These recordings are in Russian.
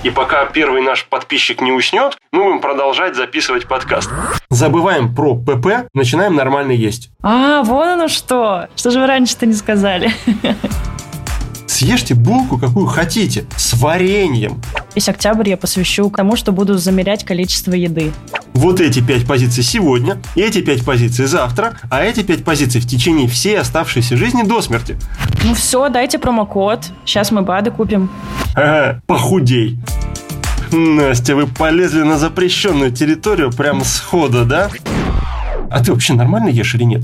И пока первый наш подписчик не уснет, мы будем продолжать записывать подкаст. Забываем про ПП, начинаем нормально есть. Вон оно что! Что же вы раньше-то не сказали? Съешьте булку, какую хотите, с вареньем. Весь октябрь я посвящу тому, что буду замерять количество еды. Вот эти 5 позиций сегодня, эти 5 позиций завтра, а эти 5 позиций в течение всей оставшейся жизни до смерти. Ну все, дайте промокод. Сейчас мы БАДы купим. Похудей. Настя, вы полезли на запрещенную территорию прямо сходу, да? А ты вообще нормально ешь или нет?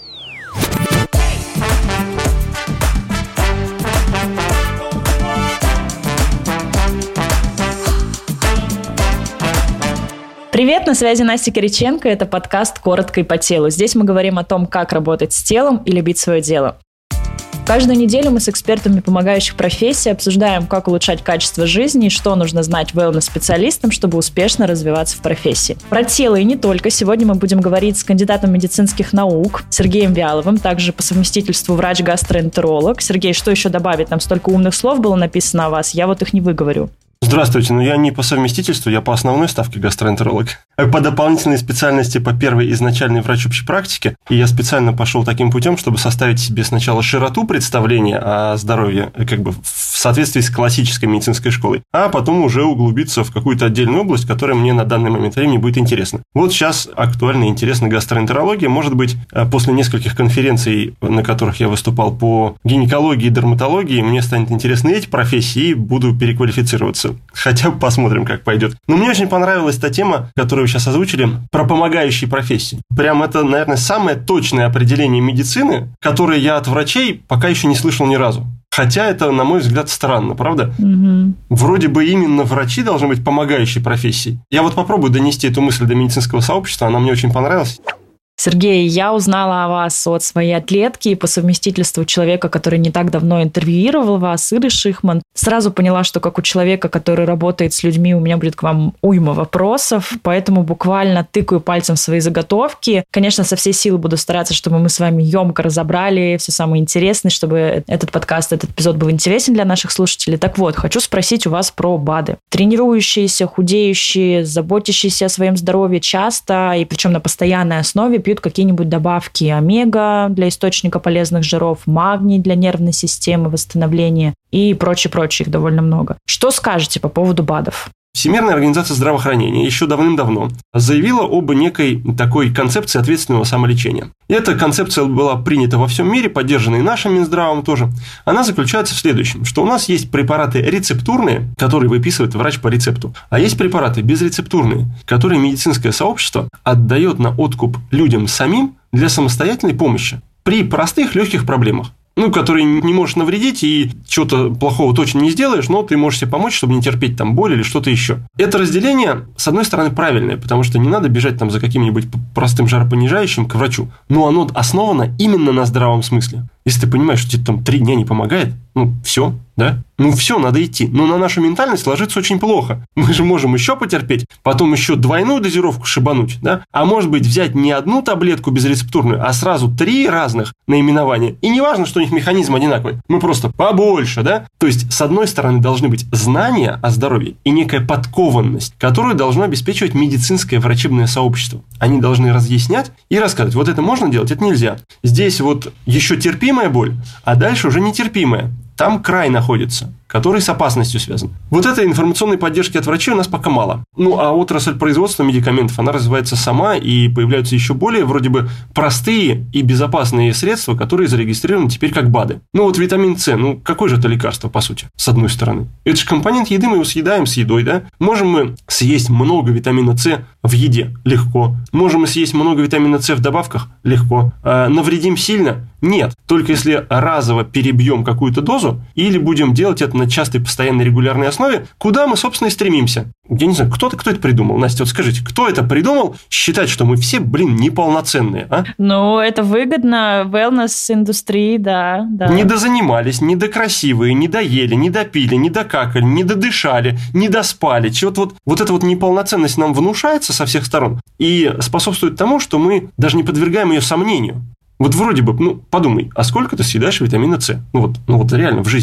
Привет, на связи Настя Кириченко, это подкаст «Коротко и по телу». Здесь мы говорим о том, как работать с телом и любить свое дело. Каждую неделю мы с экспертами помогающих профессий обсуждаем, как улучшать качество жизни и что нужно знать wellness-специалистам, чтобы успешно развиваться в профессии. Про тело и не только. Сегодня мы будем говорить с кандидатом медицинских наук Сергеем Вяловым, также по совместительству врач-гастроэнтеролог. Сергей, что еще добавить? Там столько умных слов было написано о вас, я вот их не выговорю. Здравствуйте, я не по совместительству, я по основной ставке гастроэнтеролог. По дополнительной специальности по первой изначальный врач общей практики. И я специально пошел таким путем, чтобы составить себе сначала широту представления о здоровье, в соответствии с классической медицинской школой, а потом уже углубиться в какую-то отдельную область, которая мне на данный момент времени будет интересна. Вот сейчас актуальна и интересна гастроэнтерология. Может быть, после нескольких конференций, на которых я выступал по гинекологии и дерматологии, мне станет интересны эти профессии и буду переквалифицироваться. Хотя бы посмотрим, как пойдет. Но мне очень понравилась та тема, которую вы сейчас озвучили, про помогающие профессии. Прям это, наверное, самое точное определение медицины, которое я от врачей пока еще не слышал ни разу. Хотя это, на мой взгляд, странно, правда? Угу. Вроде бы именно врачи должны быть помогающей профессией. Я вот попробую донести эту мысль до медицинского сообщества, она мне очень понравилась. Сергей, я узнала о вас от своей атлетки и по совместительству человека, который не так давно интервьюировал вас, Иры Шихман. Сразу поняла, что как у человека, который работает с людьми, у меня будет к вам уйма вопросов, поэтому буквально тыкаю пальцем в свои заготовки. Конечно, со всей силы буду стараться, чтобы мы с вами емко разобрали все самое интересное, чтобы этот подкаст, этот эпизод был интересен для наших слушателей. Так вот, хочу спросить у вас про БАДы. Тренирующиеся, худеющие, заботящиеся о своем здоровье часто, и причем на постоянной основе, пьют какие-нибудь добавки омега для источника полезных жиров, магний для нервной системы, восстановления и прочее, их довольно много. Что скажете по поводу БАДов? Всемирная организация здравоохранения еще давным-давно заявила об некой такой концепции ответственного самолечения. И эта концепция была принята во всем мире, поддержана и нашим Минздравом тоже. Она заключается в следующем, что у нас есть препараты рецептурные, которые выписывает врач по рецепту, а есть препараты безрецептурные, которые медицинское сообщество отдает на откуп людям самим для самостоятельной помощи при простых легких проблемах. Который не можешь навредить и чего-то плохого точно не сделаешь, но ты можешь себе помочь, чтобы не терпеть там боль или что-то еще. Это разделение, с одной стороны, правильное, потому что не надо бежать там за каким-нибудь простым жаропонижающим к врачу, но оно основано именно на здравом смысле. Если ты понимаешь, что тебе там 3 дня не помогает, все, да? Все, надо идти. Но на нашу ментальность ложится очень плохо. Мы же можем еще потерпеть, потом еще двойную дозировку шибануть, да? А может быть взять не одну таблетку безрецептурную, а сразу 3 разных наименования. И не важно, что у них механизм одинаковый. Мы просто побольше, да? То есть, с одной стороны, должны быть знания о здоровье и некая подкованность, которую должно обеспечивать медицинское врачебное сообщество. Они должны разъяснять и рассказывать, вот это можно делать, это нельзя. Здесь вот еще терпимая боль, а дальше уже нетерпимая. Там край находится, который с опасностью связан. Вот этой информационной поддержки от врачей у нас пока мало. А отрасль производства медикаментов, она развивается сама, и появляются еще более вроде бы простые и безопасные средства, которые зарегистрированы теперь как БАДы. Витамин С, какое же это лекарство, по сути, с одной стороны? Это же компонент еды, мы его съедаем с едой, да? Можем мы съесть много витамина С в еде? Легко. Можем мы съесть много витамина С в добавках? Легко. Навредим сильно? Нет. Только если разово перебьем какую-то дозу, или будем делать это на частой, постоянной, регулярной основе, куда мы, собственно, и стремимся. Я не знаю, кто это придумал? Настя, вот скажите, кто это придумал считать, что мы все, неполноценные, а? Это выгодно wellness-индустрии, да. Не дозанимались, не докрасивые, не доели, не допили, не докакали, не додышали, не доспали. Вот эта вот неполноценность нам внушается со всех сторон и способствует тому, что мы даже не подвергаем ее сомнению. Вот вроде бы, подумай, а сколько ты съедаешь витамина С? Вот реально в жизни.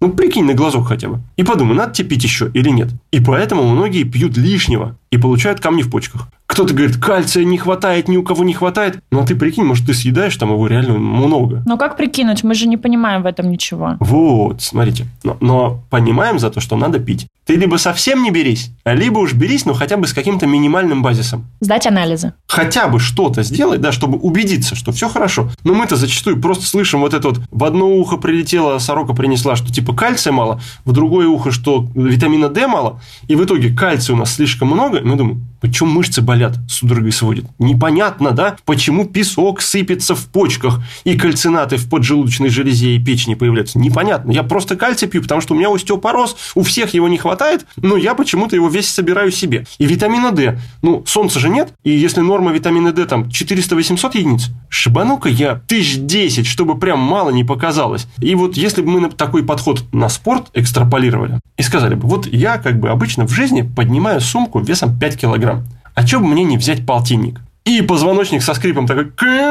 Ну, прикинь на глазок хотя бы. И подумай, надо тебе пить еще или нет. И поэтому многие пьют лишнего и получают камни в почках. Кто-то говорит, кальция не хватает, ни у кого не хватает. Ну, а ты прикинь, может, ты съедаешь там его реально много. Но как прикинуть? Мы же не понимаем в этом ничего. Вот, смотрите. Но понимаем за то, что надо пить. Ты либо совсем не берись, либо уж берись, но хотя бы с каким-то минимальным базисом. Сдать анализы. Хотя бы что-то сделать, да, чтобы убедиться, что все хорошо. Но мы-то зачастую просто слышим вот это вот: в одно ухо прилетела, сорока принесла, что типа кальция мало, в другое ухо, что витамина D мало, и в итоге кальция у нас слишком много, и мы думаем, почему мышцы болят, судорогой сводит. Непонятно, да, почему песок сыпется в почках, и кальцинаты в поджелудочной железе и печени появляются. Непонятно. Я просто кальций пью, потому что у меня остеопороз, у всех его не хватает, но я почему-то его весь собираю себе. И витамина D, ну, солнца же нет, и если норма витамина D там 400-800 единиц, шибану-ка я 1010, чтобы прям мало не показалось. И вот если бы мы такой подход на спорт экстраполировали и сказали бы, вот я как бы обычно в жизни поднимаю сумку весом 5 килограмм, а чё бы мне не взять полтинник? И позвоночник со скрипом такой...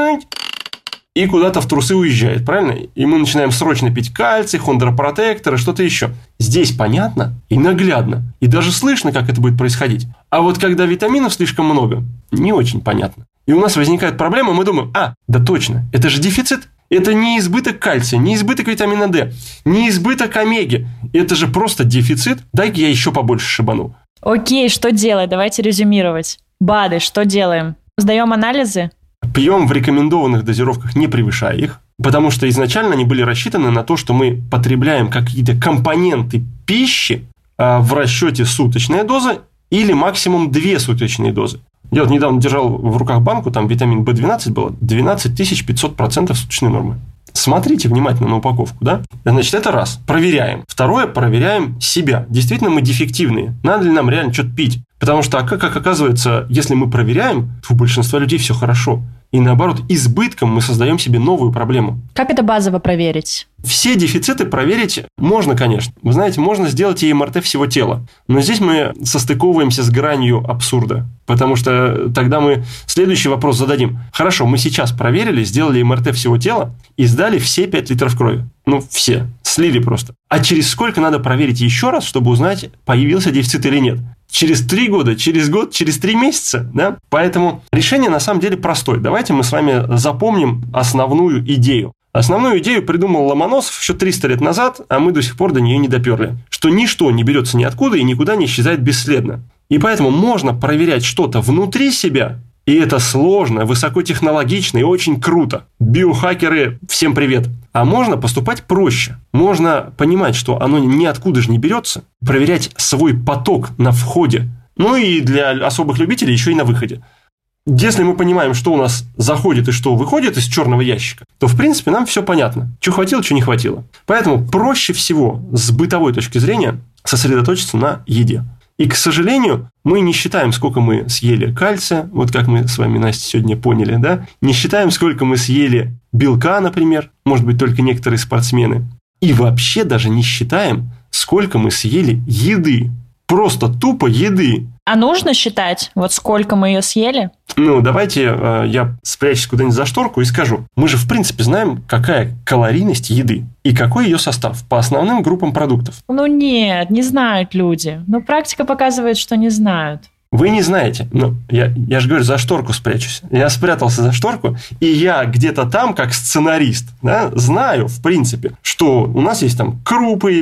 И куда-то в трусы уезжает, правильно? И мы начинаем срочно пить кальций, хондропротекторы, что-то еще. Здесь понятно и наглядно. И даже слышно, как это будет происходить. А вот когда витаминов слишком много, не очень понятно. И у нас возникает проблема, мы думаем, да точно, это же дефицит. Это не избыток кальция, не избыток витамина D, не избыток омеги. Это же просто дефицит. Дай-ка я еще побольше шибану. Окей, что делать? Давайте резюмировать. БАДы, что делаем? Сдаем анализы? Пьем в рекомендованных дозировках, не превышая их, потому что изначально они были рассчитаны на то, что мы потребляем какие-то компоненты пищи в расчете суточная доза или максимум 2 суточные дозы. Я вот недавно держал в руках банку, там витамин В12 было 12 500% суточной нормы. Смотрите внимательно на упаковку, да? Значит, это раз. Проверяем. Второе, проверяем себя. Действительно мы дефективные. Надо ли нам реально что-то пить? Потому что, как оказывается, если мы проверяем, то у большинства людей все хорошо. И наоборот, избытком мы создаем себе новую проблему. Как это базово проверить? Все дефициты проверить можно, конечно. Вы знаете, можно сделать и МРТ всего тела. Но здесь мы состыковываемся с гранью абсурда. Потому что тогда мы следующий вопрос зададим. Хорошо, мы сейчас проверили, сделали МРТ всего тела и сдали все 5 литров крови. Ну, все. Слили просто. А через сколько надо проверить еще раз, чтобы узнать, появился дефицит или нет? Через 3 года, через год, через 3 месяца, да? Поэтому решение на самом деле простое. Давайте мы с вами запомним основную идею. Основную идею придумал Ломоносов еще 300 лет назад, а мы до сих пор до нее не доперли. Что ничто не берется ниоткуда и никуда не исчезает бесследно. И поэтому можно проверять что-то внутри себя, и это сложно, высокотехнологично и очень круто. Биохакеры, всем привет. А можно поступать проще. Можно понимать, что оно ниоткуда же не берется, проверять свой поток на входе. Ну и для особых любителей еще и на выходе. Если мы понимаем, что у нас заходит и что выходит из черного ящика, то, в принципе, нам все понятно. Что хватило, что не хватило. Поэтому проще всего с бытовой точки зрения сосредоточиться на еде. И, к сожалению, мы не считаем, сколько мы съели кальция, вот как мы с вами, Настя, сегодня поняли, да? Не считаем, сколько мы съели белка, например, может быть, только некоторые спортсмены. И вообще даже не считаем, сколько мы съели еды. Просто тупо еды. А нужно считать, вот сколько мы ее съели? Ну, давайте я спрячусь куда-нибудь за шторку и скажу. Мы же, в принципе, знаем, какая калорийность еды и какой ее состав по основным группам продуктов. Ну, нет, не знают люди. Но практика показывает, что не знают. Вы не знаете. Ну, я же говорю, за шторку спрячусь. Я спрятался за шторку, и я где-то там, как сценарист, да, знаю, в принципе, что у нас есть там крупы,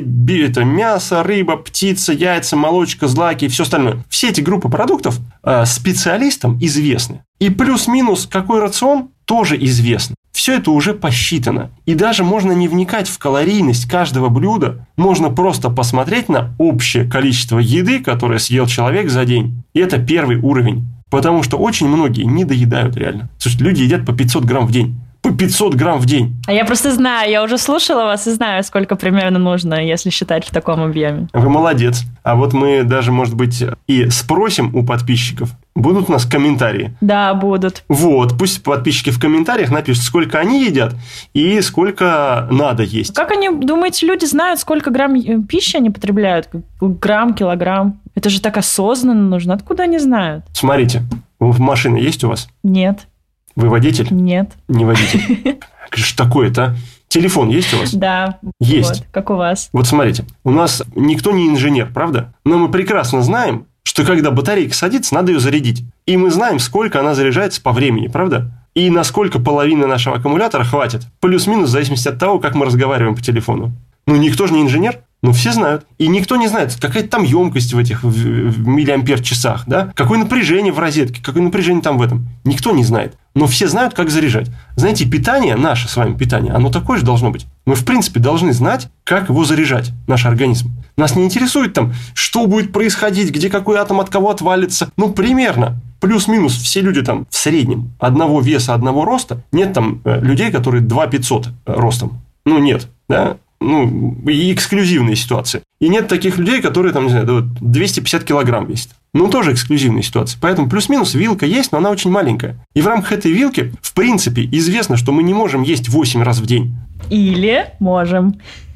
мясо, рыба, птица, яйца, молочка, злаки и все остальное. Все эти группы продуктов специалистам известны. И плюс-минус какой рацион тоже известно. Все это уже посчитано. И даже можно не вникать в калорийность каждого блюда. Можно просто посмотреть на общее количество еды, которое съел человек за день. И это первый уровень. Потому что очень многие не доедают реально. Слушайте, люди едят по 500 грамм в день. По 500 грамм в день. А я просто знаю, я уже слушала вас и знаю, сколько примерно нужно, если считать в таком объеме. Вы молодец. А вот мы даже, может быть, и спросим у подписчиков. Будут у нас комментарии? Да, будут. Вот, пусть подписчики в комментариях напишут, сколько они едят и сколько надо есть. Как они, думаете, люди знают, сколько грамм пищи они потребляют? Грамм, килограмм? Это же так осознанно нужно. Откуда они знают? Смотрите, машина есть у вас? Нет. Вы водитель? Нет. Не водитель. Что такое-то? Телефон есть у вас? Да. Есть. Вот, как у вас. Вот смотрите, у нас никто не инженер, правда? Но мы прекрасно знаем, что когда батарейка садится, надо ее зарядить. И мы знаем, сколько она заряжается по времени, правда? И насколько половины нашего аккумулятора хватит. Плюс-минус в зависимости от того, как мы разговариваем по телефону. Ну, никто же не инженер. Ну, все знают. И никто не знает, какая там емкость в этих в миллиампер-часах, да? Какое напряжение в розетке, какое напряжение там в этом. Никто не знает. Но все знают, как заряжать. Знаете, питание, наше с вами питание, оно такое же должно быть. Мы, в принципе, должны знать, как его заряжать, наш организм. Нас не интересует там, что будет происходить, где какой атом от кого отвалится. Ну, примерно. Плюс-минус все люди там в среднем одного веса, одного роста. Нет там людей, которые 2500 ростом. Ну, нет, да? Ну, и эксклюзивные ситуации. И нет таких людей, которые, там, не знаю, 250 килограмм весят. Ну, тоже эксклюзивная ситуация. Поэтому плюс-минус вилка есть, но она очень маленькая. И в рамках этой вилки, в принципе, известно, что мы не можем есть 8 раз в день. Или можем.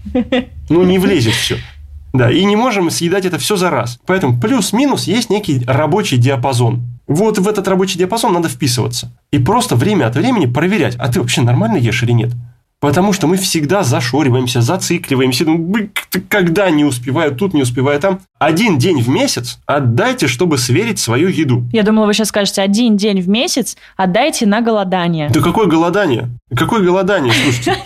Ну, не влезет все. Да, и не можем съедать это все за раз. Поэтому плюс-минус есть некий рабочий диапазон. Вот в этот рабочий диапазон надо вписываться. И просто время от времени проверять, а ты вообще нормально ешь или нет. Потому что мы всегда зашориваемся, зацикливаемся. Когда не успеваю тут, не успеваю там. 1 день в месяц отдайте, чтобы сверить свою еду. Я думала, вы сейчас скажете, 1 день в месяц отдайте на голодание. Да какое голодание? Какое голодание? Слушайте,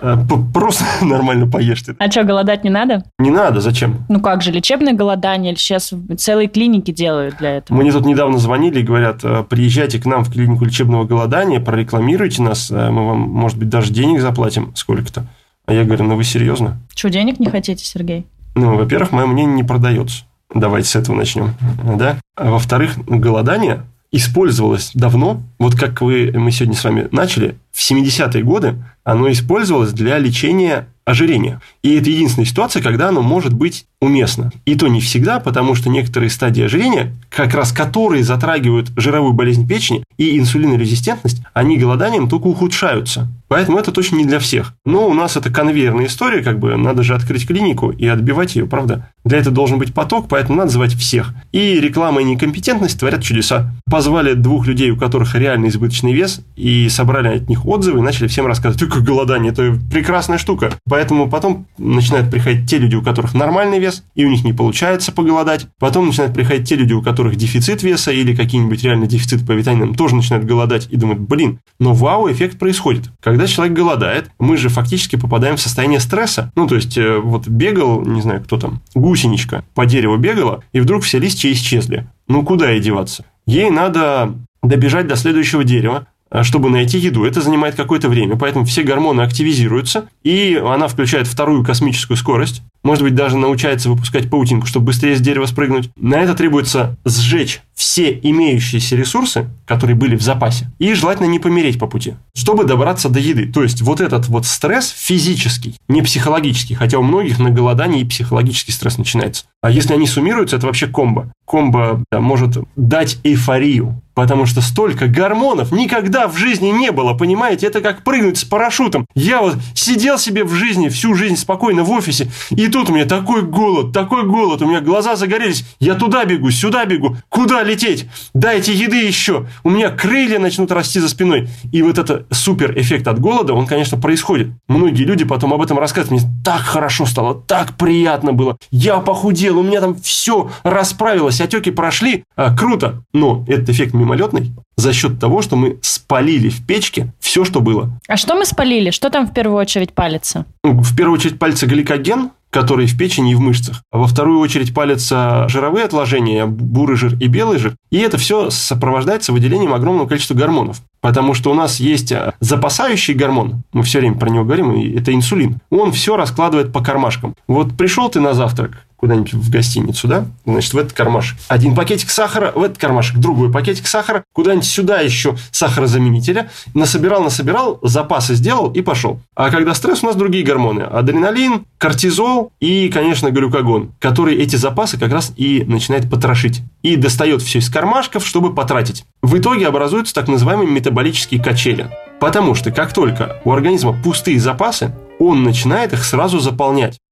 просто нормально поешьте. А что, голодать не надо? Не надо, зачем? Ну как же, лечебное голодание? Сейчас целые клиники делают для этого. Мне тут недавно звонили и говорят, приезжайте к нам в клинику лечебного голодания, прорекламируйте нас, мы вам, может быть, даже денег заплатим сколько-то. А я говорю, ну вы серьезно? Что, денег не хотите, Сергей? Ну, во-первых, мое мнение не продается. Давайте с этого начнем. Да? А во-вторых, голодание использовалось давно. Вот как мы сегодня с вами начали, в 70-е годы оно использовалось для лечения ожирения. И это единственная ситуация, когда оно может быть уместно. И то не всегда, потому что некоторые стадии ожирения, как раз которые затрагивают жировую болезнь печени и инсулинорезистентность, они голоданием только ухудшаются. Поэтому это точно не для всех. Но у нас это конвейерная история, как бы надо же открыть клинику и отбивать ее, правда? Для этого должен быть поток, поэтому надо звать всех. И реклама и некомпетентность творят чудеса. Позвали 2 людей, у которых реально избыточный вес, и собрали от них отзывы, и начали всем рассказывать, только голодание, это прекрасная штука. Поэтому потом начинают приходить те люди, у которых нормальный вес, и у них не получается поголодать. Потом начинают приходить те люди, у которых дефицит веса или какие-нибудь реально дефициты по витаминам, тоже начинают голодать и думают, но вау-эффект происходит. Когда человек голодает, мы же фактически попадаем в состояние стресса. Ну, то есть, вот бегал, не знаю, кто там, гусеничка по дереву бегала, и вдруг все листья исчезли. Ну, куда ей деваться? Ей надо добежать до следующего дерева, чтобы найти еду. Это занимает какое-то время, поэтому все гормоны активизируются, и она включает вторую космическую скорость. Может быть, даже научается выпускать паутинку, чтобы быстрее с дерева спрыгнуть. На это требуется сжечь все имеющиеся ресурсы, которые были в запасе, и желательно не помереть по пути, чтобы добраться до еды. То есть, вот этот вот стресс физический, не психологический, хотя у многих на голодании и психологический стресс начинается. А если они суммируются, это вообще комбо. Комбо может дать эйфорию, потому что столько гормонов никогда в жизни не было, понимаете? Это как прыгнуть с парашютом. Я вот сидел себе в жизни, всю жизнь спокойно в офисе, и тут у меня такой голод, у меня глаза загорелись, я туда бегу, сюда бегу, куда лететь? Дайте еды еще, у меня крылья начнут расти за спиной. И вот это супер эффект от голода, он, конечно, происходит. Многие люди потом об этом рассказывают, мне так хорошо стало, так приятно было, я похудел, у меня там все расправилось, отеки прошли, круто. Но этот эффект мимолетный за счет того, что мы спалили в печке все, что было. А что мы спалили? Что там в первую очередь палится? В первую очередь палится гликоген, который в печени и в мышцах. А во вторую очередь палятся жировые отложения, бурый жир и белый жир. И это все сопровождается выделением огромного количества гормонов. Потому что у нас есть запасающий гормон, мы все время про него говорим, и это инсулин. Он все раскладывает по кармашкам. Вот пришел ты на завтрак куда-нибудь в гостиницу, да? Значит, в этот кармашек один пакетик сахара, в этот кармашек другой пакетик сахара, куда-нибудь сюда еще сахарозаменителя. Насобирал, запасы сделал и пошел. А когда стресс, у нас другие гормоны. Адреналин, кортизол и, конечно, глюкагон, который эти запасы как раз и начинает потрошить. И достает все из кармашков, чтобы потратить. В итоге образуются так называемые метаболические качели. Потому что как только у организма пустые запасы, он начинает их сразу заполнять.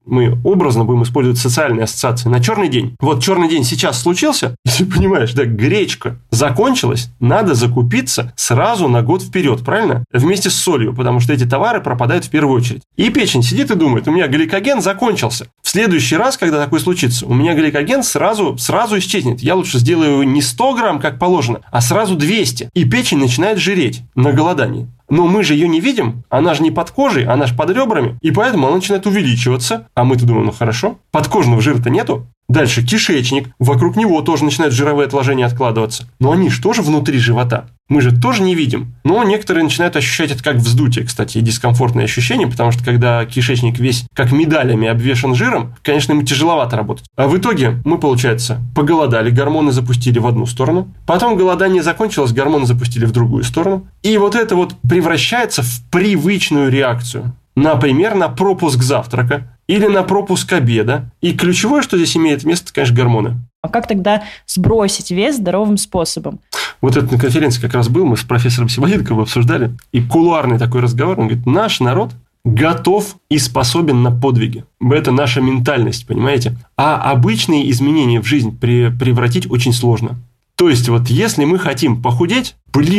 мы образно будем использовать социальные ассоциации, на черный день. Вот черный день сейчас случился, если понимаешь, да, гречка закончилась, надо закупиться сразу на год вперед, правильно? Вместе с солью, потому что эти товары пропадают в первую очередь. И печень сидит и думает, у меня гликоген закончился. В следующий раз, когда такое случится, у меня гликоген сразу исчезнет. Я лучше сделаю не 100 грамм, как положено, а сразу 200. И печень начинает жиреть на голодании. Но мы же ее не видим, она же не под кожей, она же под ребрами, и поэтому она начинает увеличиваться. А мы-то думаем, ну хорошо, подкожного жира-то нету. Дальше кишечник, вокруг него тоже начинают жировые отложения откладываться. Но они же тоже внутри живота. Мы же тоже не видим. Но некоторые начинают ощущать это как вздутие, кстати, и дискомфортное ощущение, потому что когда кишечник весь как медалями обвешан жиром, конечно, ему тяжеловато работать. А в итоге мы, получается, поголодали, гормоны запустили в одну сторону, потом голодание закончилось, гормоны запустили в другую сторону, и вот это вот превращается в привычную реакцию. Например, на пропуск завтрака или на пропуск обеда. И ключевое, что здесь имеет место, конечно, гормоны. А как тогда сбросить вес здоровым способом? Вот это на конференции как раз был, мы с профессором Симоненковым обсуждали. И кулуарный такой разговор, он говорит, наш народ готов и способен на подвиги. Это наша ментальность, понимаете? А обычные изменения в жизнь превратить очень сложно. То есть, вот если мы хотим похудеть,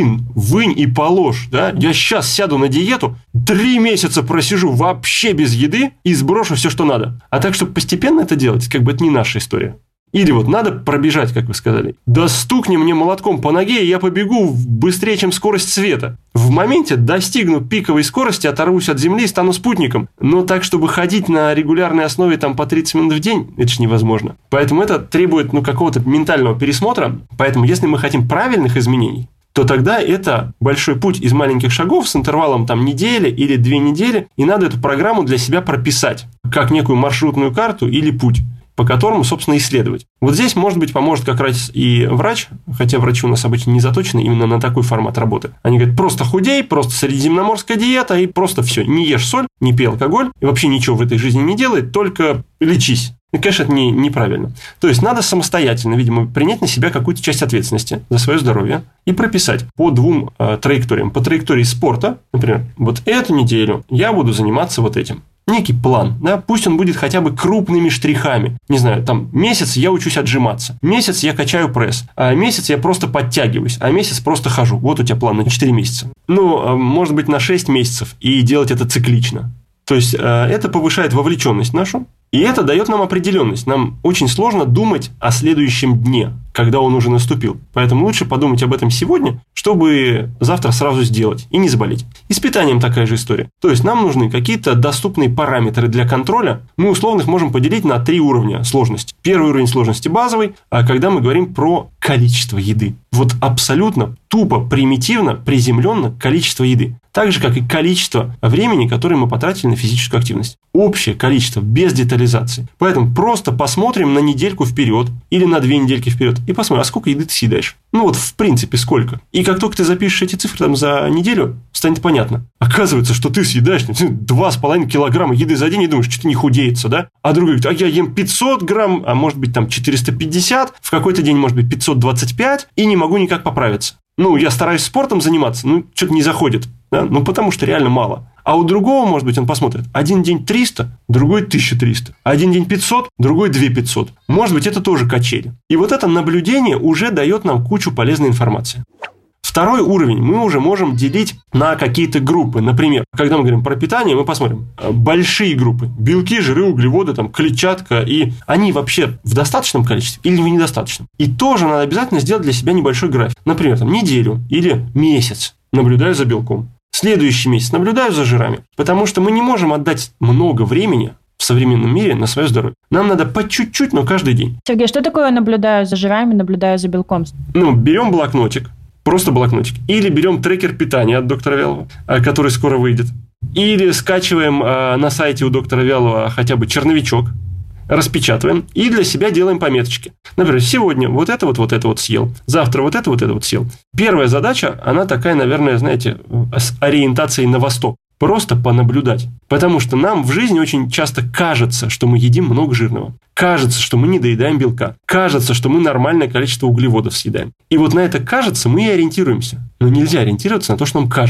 вынь и положь, да? Я сейчас сяду на диету, 3 месяца просижу вообще без еды и сброшу все, что надо. А так, чтобы постепенно это делать, как бы это не наша история. Или вот надо пробежать, как вы сказали. Да стукни мне молотком по ноге, и я побегу быстрее, чем скорость света. В моменте достигну пиковой скорости, оторвусь от земли и стану спутником. Но так, чтобы ходить на регулярной основе там по 30 минут в день, это же невозможно. Поэтому это требует какого-то ментального пересмотра. Поэтому если мы хотим правильных изменений, то тогда это большой путь из маленьких шагов с интервалом там недели или 2 недели. И надо эту программу для себя прописать, как некую маршрутную карту или путь, по которому, собственно, исследовать. Вот здесь, может быть, поможет как раз и врач, хотя врачи у нас обычно не заточены именно на такой формат работы. Они говорят, просто худей, просто средиземноморская диета, и просто все, не ешь соль, не пей алкоголь, и вообще ничего в этой жизни не делай, только лечись. И, конечно, это неправильно. То есть, надо самостоятельно, видимо, принять на себя какую-то часть ответственности за свое здоровье и прописать по 2 траекториям. По траектории спорта, например, вот эту неделю я буду заниматься вот этим. Некий план, да, пусть он будет хотя бы крупными штрихами. Не знаю, там месяц я учусь отжиматься, месяц я качаю пресс, а месяц я просто подтягиваюсь, а месяц просто хожу. Вот у тебя план на 4 месяца. Ну, может быть, на 6 месяцев и делать это циклично. То есть, это повышает вовлеченность нашу, и это дает нам определенность. Нам очень сложно думать о следующем дне, когда он уже наступил. Поэтому лучше подумать об этом сегодня, чтобы завтра сразу сделать и не заболеть. И с питанием такая же история. То есть, нам нужны какие-то доступные параметры для контроля. Мы условно их можем поделить на 3 уровня сложности. Первый уровень сложности базовый, а когда мы говорим про количество еды. Вот абсолютно тупо, примитивно, приземленно количество еды. Так же, как и количество времени, которое мы потратили на физическую активность. Общее количество, без детализации. Поэтому просто посмотрим на недельку вперед или на 2 недельки вперед и посмотрим, а сколько еды ты съедаешь. Ну вот в принципе сколько. И как только ты запишешь эти цифры там за неделю, станет понятно. Оказывается, что ты съедаешь 2,5 килограмма еды за день и думаешь, что-то не худеется, да? А другой говорит, а я ем 500 грамм, а может быть там 450, в какой-то день может быть 525 и не могу никак поправиться. Ну, я стараюсь спортом заниматься, что-то не заходит. Да? Потому что реально мало. А у другого, может быть, он посмотрит, один день 300, другой 1300. Один день 500, другой 2500. Может быть, это тоже качели. И вот это наблюдение уже дает нам кучу полезной информации. Второй уровень мы уже можем делить на какие-то группы. Например, когда мы говорим про питание, мы посмотрим большие группы. Белки, жиры, углеводы, там, клетчатка. И они вообще в достаточном количестве или в недостаточном. И тоже надо обязательно сделать для себя небольшой график. Например, там, неделю или месяц наблюдаю за белком. Следующий месяц наблюдаю за жирами. Потому что мы не можем отдать много времени в современном мире на свое здоровье. Нам надо по чуть-чуть, но каждый день. Сергей, что такое наблюдаю за жирами, наблюдаю за белком? Берем блокнотик. Просто блокнотик. Или берем трекер питания от доктора Вялова, который скоро выйдет. Или скачиваем на сайте у доктора Вялова хотя бы черновичок, распечатываем и для себя делаем пометочки. Например, сегодня вот это вот съел, завтра вот это съел. Первая задача, она такая, наверное, знаете, с ориентацией на восток. Просто понаблюдать. Потому что нам в жизни очень часто кажется, что мы едим много жирного. Кажется, что мы не доедаем белка. Кажется, что мы нормальное количество углеводов съедаем. И вот на это кажется мы и ориентируемся. Но нельзя ориентироваться на то, что нам кажется.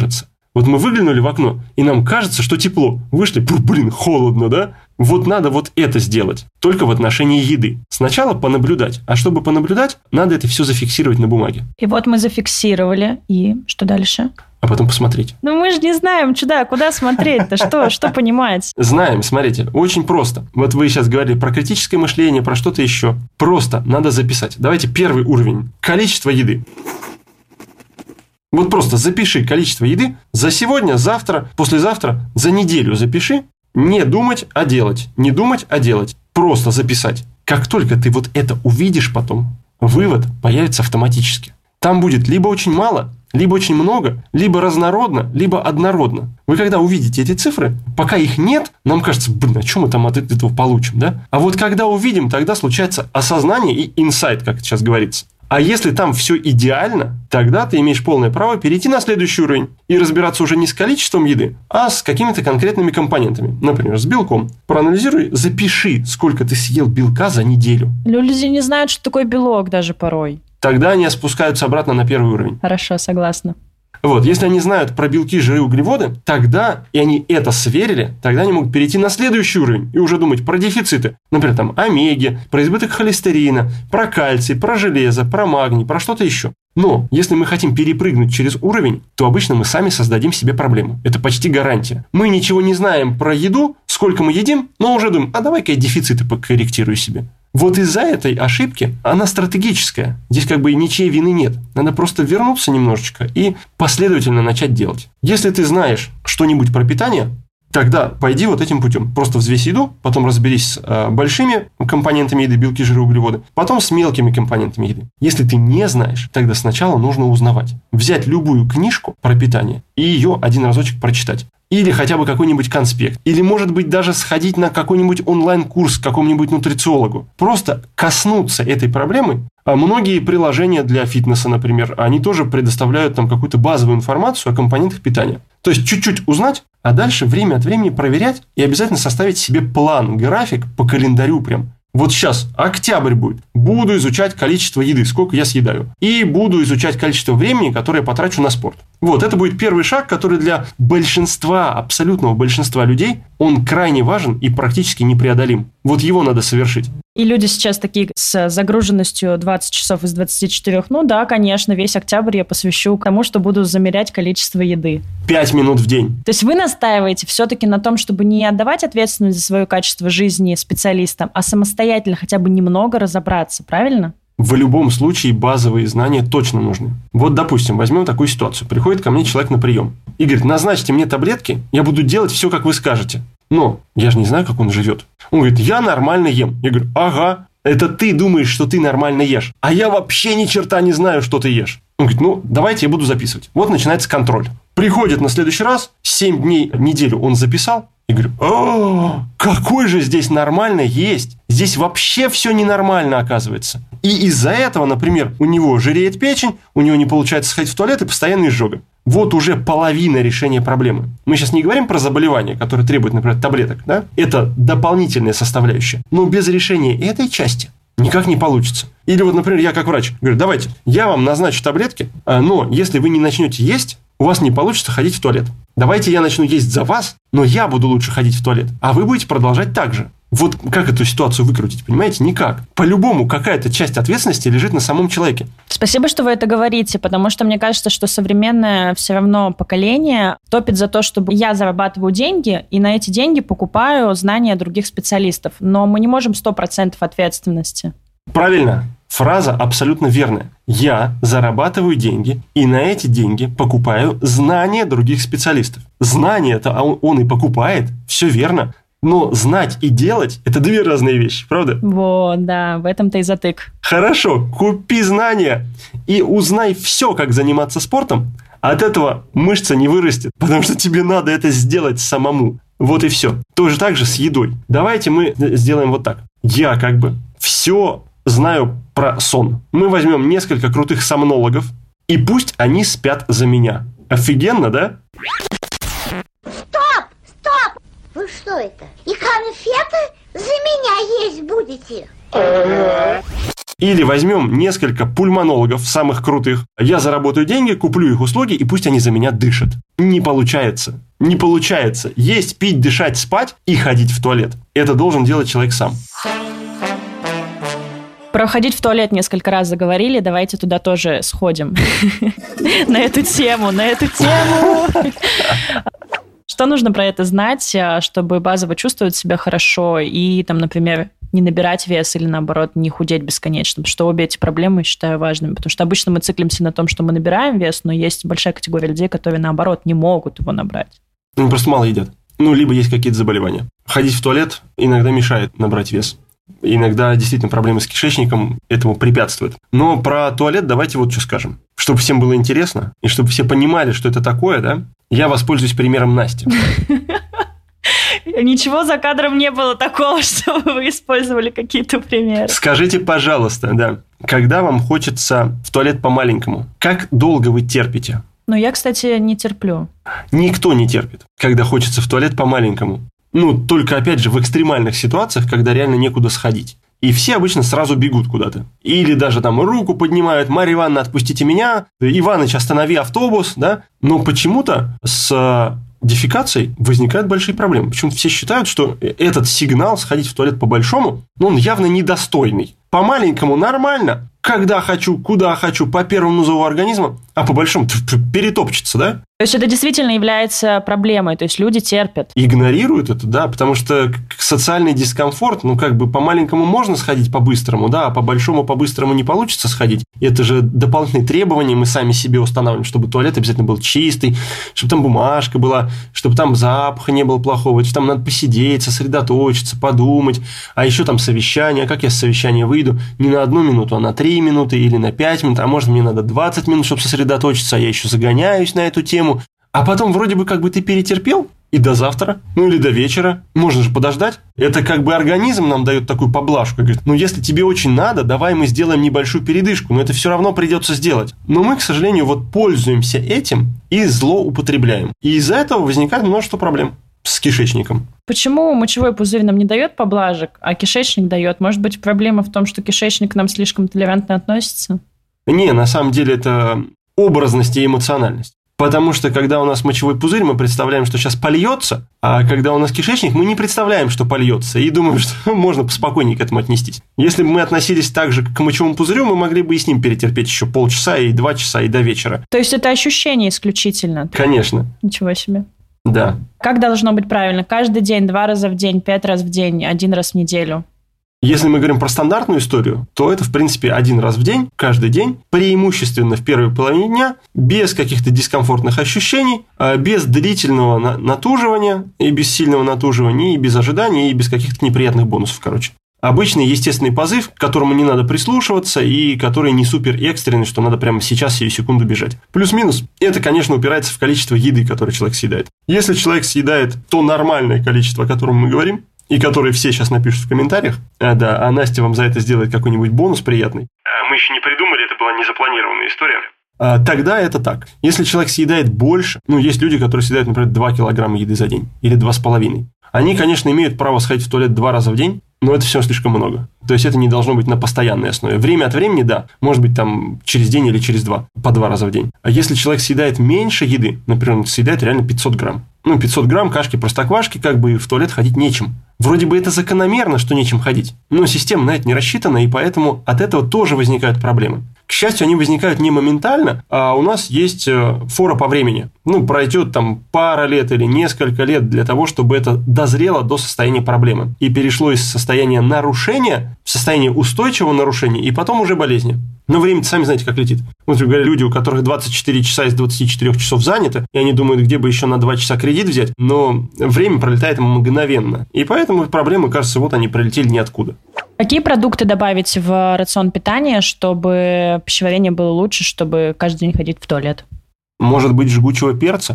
Вот мы выглянули в окно, и нам кажется, что тепло. Вышли, холодно, да? Вот надо вот это сделать. Только в отношении еды. Сначала понаблюдать. А чтобы понаблюдать, надо это все зафиксировать на бумаге. И вот мы зафиксировали. И что дальше? А потом посмотреть. Ну мы же не знаем, куда смотреть-то, что понимать? Знаем, смотрите, очень просто. Вот вы сейчас говорили про критическое мышление, про что-то еще. Просто надо записать. Давайте первый уровень. Количество еды. Вот просто запиши количество еды за сегодня, завтра, послезавтра, за неделю запиши. Не думать, а делать. Не думать, а делать. Просто записать. Как только ты вот это увидишь потом, вывод появится автоматически. Там будет либо очень мало, либо очень много, либо разнородно, либо однородно. Вы когда увидите эти цифры, пока их нет, нам кажется, а что мы там от этого получим, да? А вот когда увидим, тогда случается осознание и инсайт, как сейчас говорится. А если там все идеально, тогда ты имеешь полное право перейти на следующий уровень и разбираться уже не с количеством еды, а с какими-то конкретными компонентами. Например, с белком. Проанализируй, запиши, сколько ты съел белка за неделю. Люди не знают, что такое белок даже порой. Тогда они спускаются обратно на первый уровень. Хорошо, согласна. Вот, если они знают про белки, жиры, углеводы, тогда, и они это сверили, тогда они могут перейти на следующий уровень и уже думать про дефициты. Например, там омеги, про избыток холестерина, про кальций, про железо, про магний, про что-то еще. Но если мы хотим перепрыгнуть через уровень, то обычно мы сами создадим себе проблему. Это почти гарантия. Мы ничего не знаем про еду, сколько мы едим, но уже думаем, а давай-ка я дефициты покорректирую себе. Вот из-за этой ошибки она стратегическая. Здесь как бы ничьей вины нет. Надо просто вернуться немножечко и последовательно начать делать. Если ты знаешь что-нибудь про питание, тогда пойди вот этим путем. Просто взвесь еду, потом разберись с большими компонентами еды, белки, жиры, углеводы, потом с мелкими компонентами еды. Если ты не знаешь, тогда сначала нужно узнавать. Взять любую книжку про питание и ее один разочек прочитать. Или хотя бы какой-нибудь конспект. Или, может быть, даже сходить на какой-нибудь онлайн-курс к какому-нибудь нутрициологу. Просто коснуться этой проблемы. А многие приложения для фитнеса, например, они тоже предоставляют там какую-то базовую информацию о компонентах питания. То есть, чуть-чуть узнать, а дальше время от времени проверять и обязательно составить себе план, график по календарю прям. Вот сейчас октябрь будет. Буду изучать количество еды, сколько я съедаю. И буду изучать количество времени, которое я потрачу на спорт. Вот, это будет первый шаг, который для большинства, абсолютного большинства людей, он крайне важен и практически непреодолим. Вот его надо совершить. И люди сейчас такие с загруженностью 20 часов из 24. Ну да, конечно, весь октябрь я посвящу тому, что буду замерять количество еды. 5 минут в день. То есть вы настаиваете все-таки на том, чтобы не отдавать ответственность за свое качество жизни специалистам, а самостоятельно хотя бы немного разобраться, правильно? В любом случае базовые знания точно нужны. Вот, допустим, возьмем такую ситуацию. Приходит ко мне человек на прием и говорит, назначьте мне таблетки, я буду делать все, как вы скажете. Но я же не знаю, как он живет. Он говорит, я нормально ем. Я говорю, ага, это ты думаешь, что ты нормально ешь. А я вообще ни черта не знаю, что ты ешь. Он говорит, ну, давайте я буду записывать. Вот начинается контроль. Приходит на следующий раз, 7 дней, неделю он записал. И говорю, какой же здесь нормально есть. Здесь вообще все ненормально оказывается. И из-за этого, например, у него жиреет печень, у него не получается сходить в туалет и постоянно изжога. Вот уже половина решения проблемы. Мы сейчас не говорим про заболевания, которые требуют, например, таблеток, да? Это дополнительная составляющая. Но без решения этой части никак не получится. Или вот, например, я как врач говорю, давайте, я вам назначу таблетки, но если вы не начнете есть, у вас не получится ходить в туалет. Давайте я начну есть за вас, но я буду лучше ходить в туалет, а вы будете продолжать так же. Вот как эту ситуацию выкрутить, понимаете? Никак. По-любому какая-то часть ответственности лежит на самом человеке. Спасибо, что вы это говорите, потому что мне кажется, что современное все равно поколение топит за то, чтобы я зарабатываю деньги и на эти деньги покупаю знания других специалистов. Но мы не можем 100% ответственности. Правильно. Фраза абсолютно верная. Я зарабатываю деньги и на эти деньги покупаю знания других специалистов. Знания-то он и покупает, все верно. Но знать и делать – это две разные вещи, правда? Вот, да, в этом-то и затык. Хорошо, купи знания и узнай все, как заниматься спортом. От этого мышца не вырастет, потому что тебе надо это сделать самому. Вот и все. Тоже так же с едой. Давайте мы сделаем вот так. Я как бы все знаю про сон. Мы возьмем несколько крутых сомнологов, и пусть они спят за меня. Офигенно, да? Стоп! Вы что это? И конфеты за меня есть будете? Или возьмем несколько пульмонологов, самых крутых. Я заработаю деньги, куплю их услуги, и пусть они за меня дышат. Не получается. Не получается. Есть, пить, дышать, спать и ходить в туалет. Это должен делать человек сам. Про ходить в туалет несколько раз заговорили, давайте туда тоже сходим. На эту тему. Что нужно про это знать, чтобы базово чувствовать себя хорошо и, там, например, не набирать вес или, наоборот, не худеть бесконечно? Потому что обе эти проблемы считаю важными. Потому что обычно мы циклимся на том, что мы набираем вес, но есть большая категория людей, которые, наоборот, не могут его набрать. Они просто мало едят. Либо есть какие-то заболевания. Ходить в туалет иногда мешает набрать вес. Иногда действительно проблемы с кишечником этому препятствуют. Но про туалет давайте вот что скажем. Чтобы всем было интересно, и чтобы все понимали, что это такое, да, я воспользуюсь примером Насти. Ничего за кадром не было такого, чтобы вы использовали какие-то примеры. Скажите, пожалуйста, да, когда вам хочется в туалет по-маленькому, как долго вы терпите? Я, кстати, не терплю. Никто не терпит, когда хочется в туалет по-маленькому. Только, опять же, в экстремальных ситуациях, когда реально некуда сходить. И все обычно сразу бегут куда-то. Или даже там руку поднимают: Марья Ивановна, отпустите меня, Иваныч, останови автобус, да? Но почему-то с дефекацией возникают большие проблемы. Почему-то все считают, что этот сигнал сходить в туалет по-большому, он явно недостойный. По-маленькому нормально, когда хочу, куда хочу, по первому зову организма, а по-большому перетопчется, да? То есть это действительно является проблемой, то есть люди терпят. Игнорируют это, да, потому что социальный дискомфорт, по-маленькому можно сходить по-быстрому, да, а по-большому по-быстрому не получится сходить. Это же дополнительные требования мы сами себе устанавливаем, чтобы туалет обязательно был чистый, чтобы там бумажка была, чтобы там запаха не было плохого, что там надо посидеть, сосредоточиться, подумать, а еще там совещание, как я с совещания выйду, не на 1 минуту, а на 3 минуты или на 5 минут, а может мне надо 20 минут, чтобы сосредоточиться, а я еще загоняюсь на эту тему. А потом вроде бы ты перетерпел, и до завтра, или до вечера. Можно же подождать. Это организм нам дает такую поблажку. Говорит, если тебе очень надо, давай мы сделаем небольшую передышку, но это все равно придется сделать. Но мы, к сожалению, пользуемся этим и злоупотребляем. И из-за этого возникает множество проблем с кишечником. Почему мочевой пузырь нам не дает поблажек, а кишечник дает? Может быть, проблема в том, что кишечник к нам слишком толерантно относится? Не, на самом деле это образность и эмоциональность. Потому что, когда у нас мочевой пузырь, мы представляем, что сейчас польется, а когда у нас кишечник, мы не представляем, что польется, и думаем, что можно поспокойнее к этому отнестись. Если бы мы относились так же к мочевому пузырю, мы могли бы и с ним перетерпеть еще полчаса, и 2 часа, и до вечера. То есть это ощущение исключительно? Конечно. Ничего себе. Да. Как должно быть правильно? Каждый день, 2 раза в день, 5 раз в день, 1 раз в неделю? Если мы говорим про стандартную историю, то это, в принципе, 1 раз в день, каждый день, преимущественно в первой половине дня, без каких-то дискомфортных ощущений, без длительного натуживания, и без сильного натуживания, и без ожидания, и без каких-то неприятных бонусов, короче. Обычный естественный позыв, к которому не надо прислушиваться, и который не супер экстренный, что надо прямо сейчас сию секунду бежать. Плюс-минус, это, конечно, упирается в количество еды, которое человек съедает. Если человек съедает то нормальное количество, о котором мы говорим, и которые все сейчас напишут в комментариях, а Настя вам за это сделает какой-нибудь бонус приятный. Мы еще не придумали, это была незапланированная история. Тогда это так. Если человек съедает больше, есть люди, которые съедают, например, 2 килограмма еды за день, или 2,5. Они, конечно, имеют право сходить в туалет 2 раза в день, но это все слишком много. То есть это не должно быть на постоянной основе. Время от времени, да, может быть там через день или через 2, по 2 раза в день. А если человек съедает меньше еды, например, он съедает реально 500 грамм. 500 грамм кашки-простоквашки, в туалет ходить нечем. Вроде бы это закономерно, что нечем ходить, но система на это не рассчитана, и поэтому от этого тоже возникают проблемы. К счастью, они возникают не моментально, а у нас есть фора по времени. Пройдет там пара лет или несколько лет для того, чтобы это дозрело до состояния проблемы и перешло из состояния нарушения в состояние устойчивого нарушения и потом уже болезни. Но время-то сами знаете, как летит. Говорят, люди, у которых 24 часа из 24 часов заняты, и они думают, где бы еще на 2 часа кредит взять, но время пролетает мгновенно. И поэтому проблемы, кажется, они пролетели ниоткуда. Какие продукты добавить в рацион питания, чтобы пищеварение было лучше, чтобы каждый день ходить в туалет? Может быть, жгучего перца?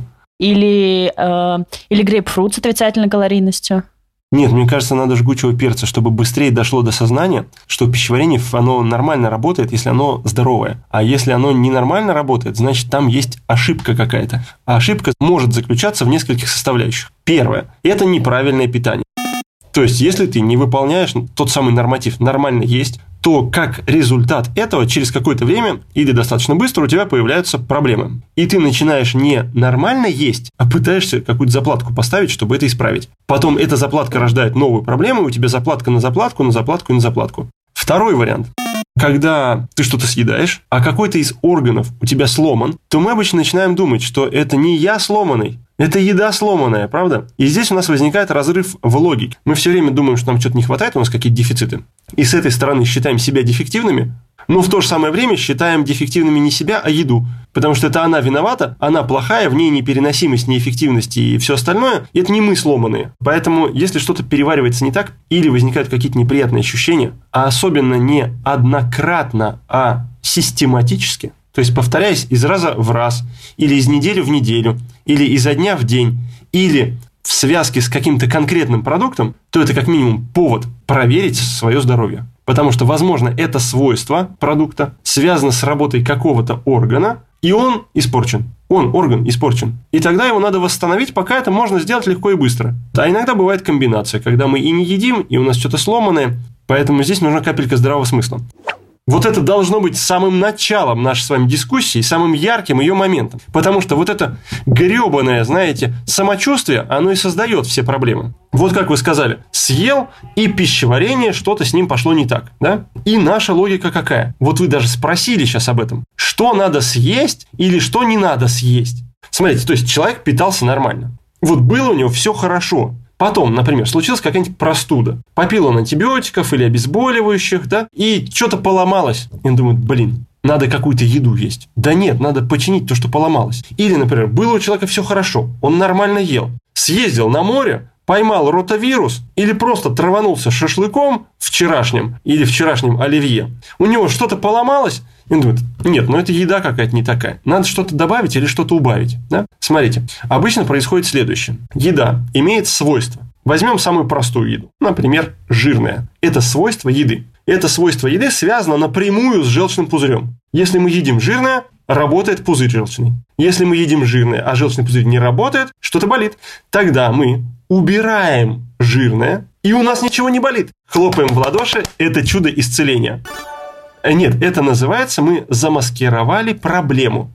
Или грейпфрут с отрицательной калорийностью? Нет, мне кажется, надо жгучего перца, чтобы быстрее дошло до сознания, что пищеварение, оно нормально работает, если оно здоровое. А если оно ненормально работает, значит, там есть ошибка какая-то. А ошибка может заключаться в нескольких составляющих. Первое – это неправильное питание. То есть, если ты не выполняешь тот самый норматив «нормально есть», то как результат этого через какое-то время или достаточно быстро у тебя появляются проблемы. И ты начинаешь не нормально есть, а пытаешься какую-то заплатку поставить, чтобы это исправить. Потом эта заплатка рождает новую проблему, и у тебя заплатка на заплатку, на заплатку и на заплатку. Второй вариант. Когда ты что-то съедаешь, а какой-то из органов у тебя сломан, то мы обычно начинаем думать, что это не я сломанный, это еда сломанная, правда? И здесь у нас возникает разрыв в логике. Мы все время думаем, что нам что-то не хватает, у нас какие-то дефициты. И с этой стороны считаем себя дефективными, но в то же самое время считаем дефективными не себя, а еду. Потому что это она виновата, она плохая, в ней непереносимость, неэффективность и все остальное. И это не мы сломанные. Поэтому, если что-то переваривается не так, или возникают какие-то неприятные ощущения, а особенно не однократно, а систематически, то есть повторяясь из раза в раз, или из недели в неделю, или изо дня в день, или в связке с каким-то конкретным продуктом, то это как минимум повод проверить свое здоровье. Потому что, возможно, это свойство продукта связано с работой какого-то органа, и он испорчен. Орган испорчен. И тогда его надо восстановить, пока это можно сделать легко и быстро. А иногда бывает комбинация, когда мы и не едим, и у нас что-то сломанное, поэтому здесь нужна капелька здравого смысла. Вот это должно быть самым началом нашей с вами дискуссии, самым ярким ее моментом. Потому что вот это гребаное, знаете, самочувствие, оно и создает все проблемы. Вот как вы сказали, съел, и пищеварение, что-то с ним пошло не так, да? И наша логика какая? Вот вы даже спросили сейчас об этом. Что надо съесть или что не надо съесть? Смотрите, то есть человек питался нормально. Вот было у него все хорошо. Потом, например, случилась какая-нибудь простуда. Попил он антибиотиков или обезболивающих, да, и что-то поломалось. И он думает, надо какую-то еду есть. Да нет, надо починить то, что поломалось. Или, например, было у человека все хорошо, он нормально ел. Съездил на море, поймал ротавирус или просто траванулся шашлыком вчерашним или вчерашним оливье. У него что-то поломалось, и он думает, нет, это еда какая-то не такая. Надо что-то добавить или что-то убавить. Да? Смотрите, обычно происходит следующее. Еда имеет свойства. Возьмем самую простую еду. Например, жирная. Это свойство еды. Это свойство еды связано напрямую с желчным пузырем. Если мы едим жирное, работает пузырь желчный. Если мы едим жирное, а желчный пузырь не работает, что-то болит. Тогда мы убираем жирное, и у нас ничего не болит. Хлопаем в ладоши, это чудо исцеления. Нет, это называется, мы замаскировали проблему.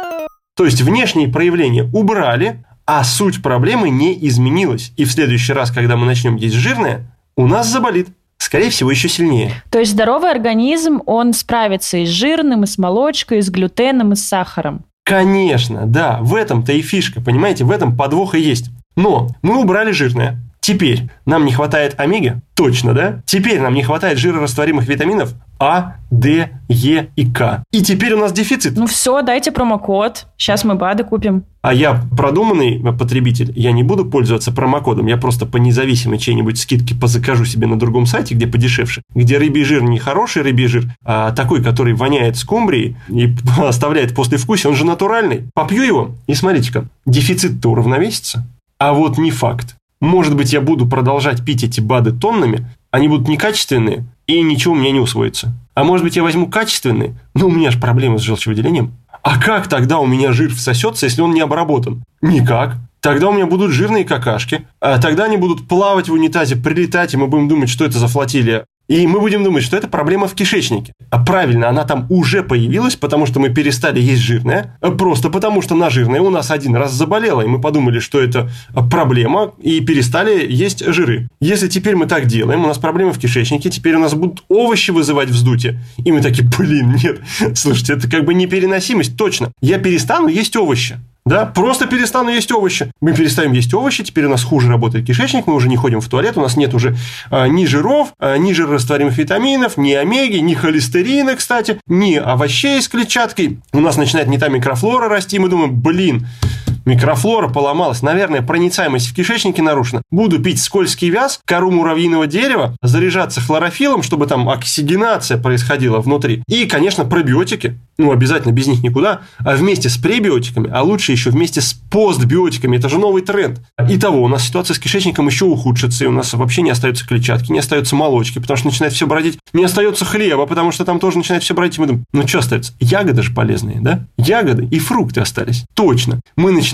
То есть, внешние проявления убрали, а суть проблемы не изменилась. И в следующий раз, когда мы начнем есть жирное, у нас заболит. Скорее всего, еще сильнее. То есть, здоровый организм, он справится и с жирным, и с молочкой, и с глютеном, и с сахаром. Конечно, да. В этом-то и фишка, понимаете? В этом подвох и есть. Но мы убрали жирное. Теперь нам не хватает омеги? Точно, да? Теперь нам не хватает жирорастворимых витаминов А, Д, Е и К. И теперь у нас дефицит. Все, дайте промокод. Сейчас мы БАДы купим. А я продуманный потребитель, я не буду пользоваться промокодом, я просто по независимой чьей-нибудь скидке позакажу себе на другом сайте, где подешевше, где рыбий жир не хороший рыбий жир, а такой, который воняет скумбрией и оставляет послевкусие, он же натуральный. Попью его, и смотрите-ка, дефицит-то уравновесится, а вот не факт. Может быть, я буду продолжать пить эти БАДы тоннами, они будут некачественные, и ничего у меня не усвоится. А может быть, я возьму качественные, но у меня же проблемы с желчевыделением. А как тогда у меня жир всосется, если он не обработан? Никак. Тогда у меня будут жирные какашки, а тогда они будут плавать в унитазе, прилетать, и мы будем думать, что это за флотилия. И мы будем думать, что это проблема в кишечнике. А правильно, она там уже появилась, потому что мы перестали есть жирное. Просто потому что на жирное у нас один раз заболело. И мы подумали, что это проблема, и перестали есть жиры. Если теперь мы так делаем, у нас проблема в кишечнике, теперь у нас будут овощи вызывать вздутие. И мы такие, нет, слушайте, это как бы непереносимость, точно. Я перестану есть овощи. Да, просто перестану есть овощи. Мы перестаем есть овощи, теперь у нас хуже работает кишечник, мы уже не ходим в туалет, у нас нет уже ни жиров, ни жирорастворимых витаминов, ни омеги, ни холестерина, кстати, ни овощей с клетчаткой. У нас начинает не та микрофлора расти, мы думаем, микрофлора поломалась, наверное, проницаемость в кишечнике нарушена. Буду пить скользкий вяз, кору муравьиного дерева, заряжаться хлорофилом, чтобы там оксигенация происходила внутри. И, конечно, пробиотики. Обязательно без них никуда. А вместе с пребиотиками, а лучше еще вместе с постбиотиками. Это же новый тренд. Итого, у нас ситуация с кишечником еще ухудшится, и у нас вообще не остается клетчатки, не остается молочки, потому что начинает все бродить. Не остается хлеба, потому что там тоже начинает все бродить. И мы думаем, что остается? Ягоды же полезные, да? Ягоды и фрукты остались. Точно. Мы начинаем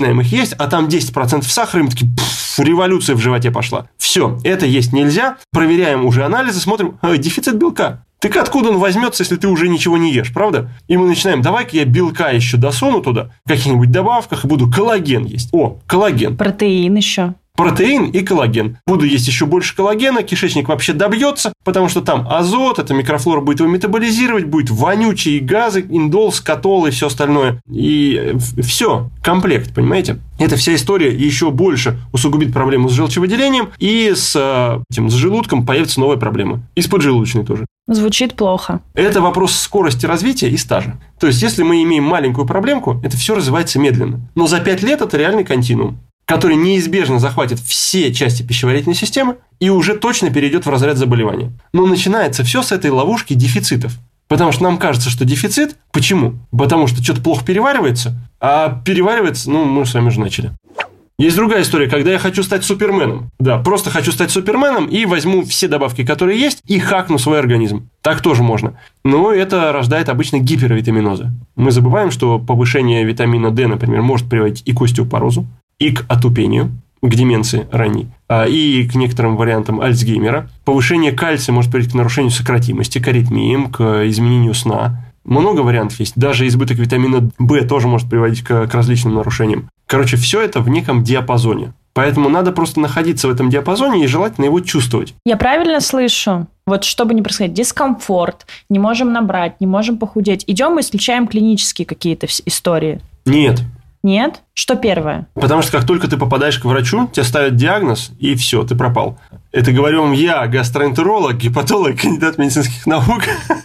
начинаем их есть, а там 10% сахара, и мы такие, революция в животе пошла. Все, это есть нельзя. Проверяем уже анализы, смотрим, дефицит белка. Так откуда он возьмется, если ты уже ничего не ешь, правда? И мы начинаем, давай-ка я белка еще досуну туда, в каких-нибудь добавках, и буду коллаген есть. О, коллаген. Протеин еще. Протеин и коллаген. Буду есть еще больше коллагена, кишечник вообще добьется, потому что там азот, эта микрофлора будет его метаболизировать, будет вонючие газы, индол, скотол и все остальное. И все, комплект, понимаете? Эта вся история еще больше усугубит проблему с желчевыделением, и с желудком появится новая проблема. И с поджелудочной тоже. Звучит плохо. Это вопрос скорости развития и стажа. То есть, если мы имеем маленькую проблемку, это все развивается медленно. Но за 5 лет это реальный континуум, который неизбежно захватит все части пищеварительной системы и уже точно перейдет в разряд заболевания. Но начинается все с этой ловушки дефицитов. Потому что нам кажется, что дефицит. Почему? Потому что что-то плохо переваривается, а переваривается, мы с вами уже начали. Есть другая история, когда я хочу стать суперменом. Да, просто хочу стать суперменом и возьму все добавки, которые есть, и хакну свой организм. Так тоже можно. Но это рождает обычно гипервитаминозы. Мы забываем, что повышение витамина D, например, может приводить и к остеопорозу, и к отупению, к деменции ранней, и к некоторым вариантам Альцгеймера. Повышение кальция может приводить к нарушению сократимости, к аритмиям, к изменению сна. Много вариантов есть. Даже избыток витамина В тоже может приводить к различным нарушениям. Короче, все это в неком диапазоне. Поэтому надо просто находиться в этом диапазоне и желательно его чувствовать. Я правильно слышу? Вот чтобы не происходить дискомфорт, не можем набрать, не можем похудеть. Идем и исключаем клинические какие-то истории? Нет. Нет? Что первое? Потому что как только ты попадаешь к врачу, тебе ставят диагноз, и все, ты пропал. Это говорю вам я, гастроэнтеролог, гепатолог, кандидат медицинских наук.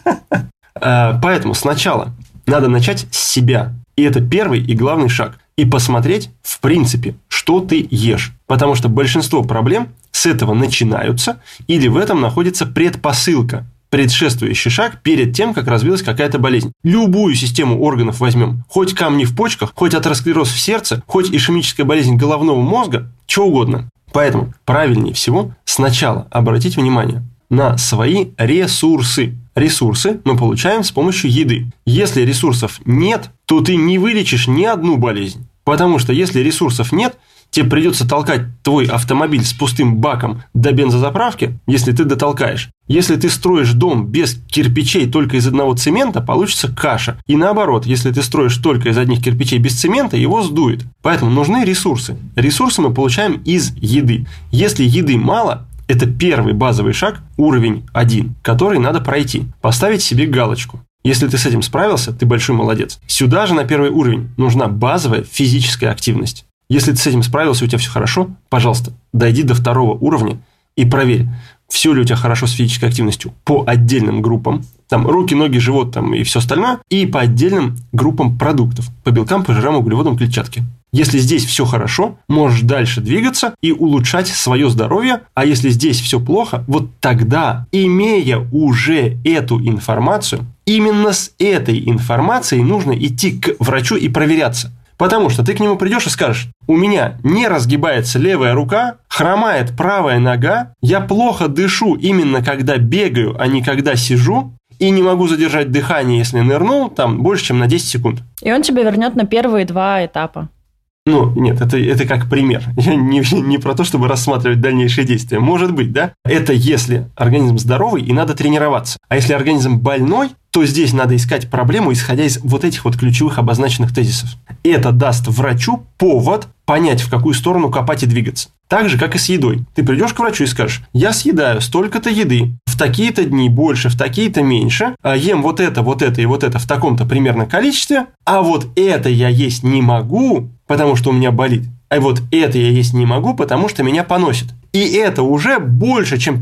Поэтому сначала надо начать с себя. И это первый и главный шаг. И посмотреть, в принципе, что ты ешь. Потому что большинство проблем с этого начинаются, или в этом находится предпосылка. Предшествующий шаг перед тем, как развилась какая-то болезнь. Любую систему органов возьмем. Хоть камни в почках, хоть атеросклероз в сердце, хоть ишемическая болезнь головного мозга, что угодно. Поэтому правильнее всего сначала обратить внимание на свои ресурсы. Ресурсы мы получаем с помощью еды. Если ресурсов нет, то ты не вылечишь ни одну болезнь. Потому что если ресурсов нет, тебе придется толкать твой автомобиль с пустым баком до бензозаправки, если ты дотолкаешь. Если ты строишь дом без кирпичей только из одного цемента, получится каша. И наоборот, если ты строишь только из одних кирпичей без цемента, его сдует. Поэтому нужны ресурсы. Ресурсы мы получаем из еды. Если еды мало, это первый базовый шаг, уровень 1, который надо пройти. Поставить себе галочку. Если ты с этим справился, ты большой молодец. Сюда же на первый уровень нужна базовая физическая активность. Если ты с этим справился, у тебя все хорошо, пожалуйста, дойди до второго уровня и проверь, все ли у тебя хорошо с физической активностью по отдельным группам, там руки, ноги, живот там, и все остальное, и по отдельным группам продуктов, по белкам, по жирам, углеводам, клетчатке. Если здесь все хорошо, можешь дальше двигаться и улучшать свое здоровье, а если здесь все плохо, вот тогда, имея уже эту информацию, именно с этой информацией нужно идти к врачу и проверяться. Потому что ты к нему придешь и скажешь: у меня не разгибается левая рука, хромает правая нога, я плохо дышу именно когда бегаю, а не когда сижу, и не могу задержать дыхание, если нырнул, там, больше, чем на 10 секунд. И он тебя вернет на первые 2 этапа. Нет, это как пример. Я не про то, чтобы рассматривать дальнейшие действия. Может быть, да? Это если организм здоровый и надо тренироваться. А если организм больной, то здесь надо искать проблему, исходя из вот этих вот ключевых обозначенных тезисов. Это даст врачу повод понять, в какую сторону копать и двигаться. Так же, как и с едой. Ты придешь к врачу и скажешь: я съедаю столько-то еды, в такие-то дни больше, в такие-то меньше, ем вот это и вот это в таком-то примерно количестве, а вот это я есть не могу, потому что у меня болит, а вот это я есть не могу, потому что меня поносит. И это уже больше, чем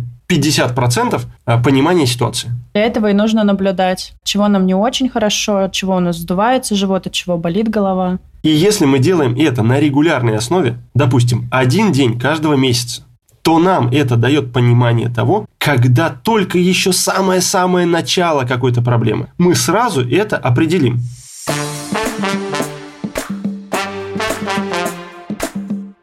50% понимания ситуации. Для этого и нужно наблюдать, чего нам не очень хорошо, от чего у нас сдувается живот, от чего болит голова. И если мы делаем это на регулярной основе, допустим, 1 день каждого месяца, то нам это дает понимание того, когда только еще самое-самое начало какой-то проблемы. Мы сразу это определим.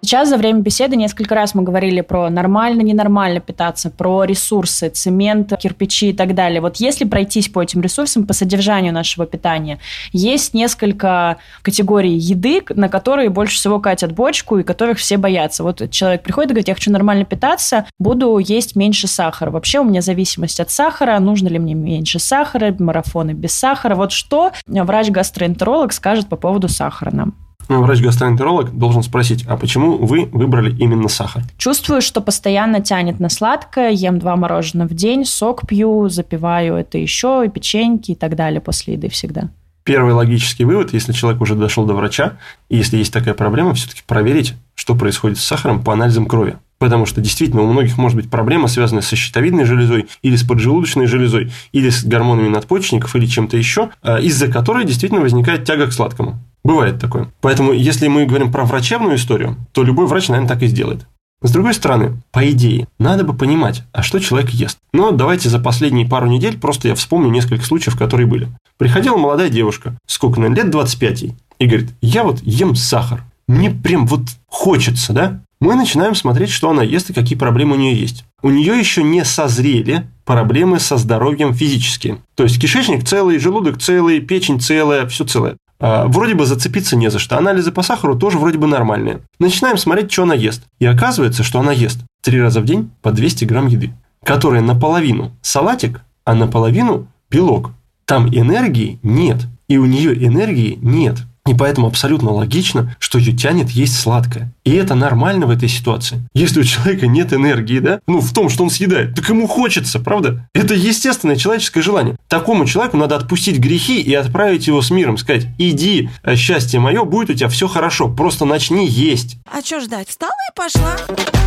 Сейчас за время беседы несколько раз мы говорили про нормально, ненормально питаться, про ресурсы, цемент, кирпичи и так далее. Вот если пройтись по этим ресурсам, по содержанию нашего питания, есть несколько категорий еды, на которые больше всего катят бочку и которых все боятся. Вот человек приходит и говорит, я хочу нормально питаться, буду есть меньше сахара. Вообще у меня зависимость от сахара, нужно ли мне меньше сахара, марафоны без сахара. Вот что врач-гастроэнтеролог скажет по поводу сахара нам? Врач-гастроэнтеролог должен спросить, а почему вы выбрали именно сахар? Чувствую, что постоянно тянет на сладкое, ем 2 мороженого в день, сок пью, запиваю это еще, и печеньки и так далее после еды всегда. Первый логический вывод, если человек уже дошел до врача, и если есть такая проблема, все-таки проверить, что происходит с сахаром по анализам крови. Потому что действительно у многих может быть проблема, связанная со щитовидной железой, или с поджелудочной железой, или с гормонами надпочечников, или чем-то еще, из-за которой действительно возникает тяга к сладкому. Бывает такое. Поэтому, если мы говорим про врачебную историю, то любой врач, наверное, так и сделает. С другой стороны, по идее, надо бы понимать, а что человек ест. Но давайте за последние пару недель просто я вспомню несколько случаев, которые были. Приходила молодая девушка, сколько, наверное, лет 25 ей, и говорит, я вот ем сахар, мне прям вот хочется, да? Мы начинаем смотреть, что она ест и какие проблемы у нее есть. У нее еще не созрели проблемы со здоровьем физические. То есть кишечник целый, желудок целый, печень целая, все целое. Вроде бы зацепиться не за что. Анализы по сахару тоже вроде бы нормальные. Начинаем смотреть, что она ест. И оказывается, что она ест 3 раза в день по 200 грамм еды, которая наполовину салатик, а наполовину белок. Там энергии нет. И у нее энергии нет. И поэтому абсолютно логично, что ее тянет есть сладкое. И это нормально в этой ситуации. Если у человека нет энергии, да, в том, что он съедает, так ему хочется, правда? Это естественное человеческое желание. Такому человеку надо отпустить грехи и отправить его с миром. Сказать, иди, счастье мое, будет у тебя все хорошо, просто начни есть. А что ждать? Встала и пошла.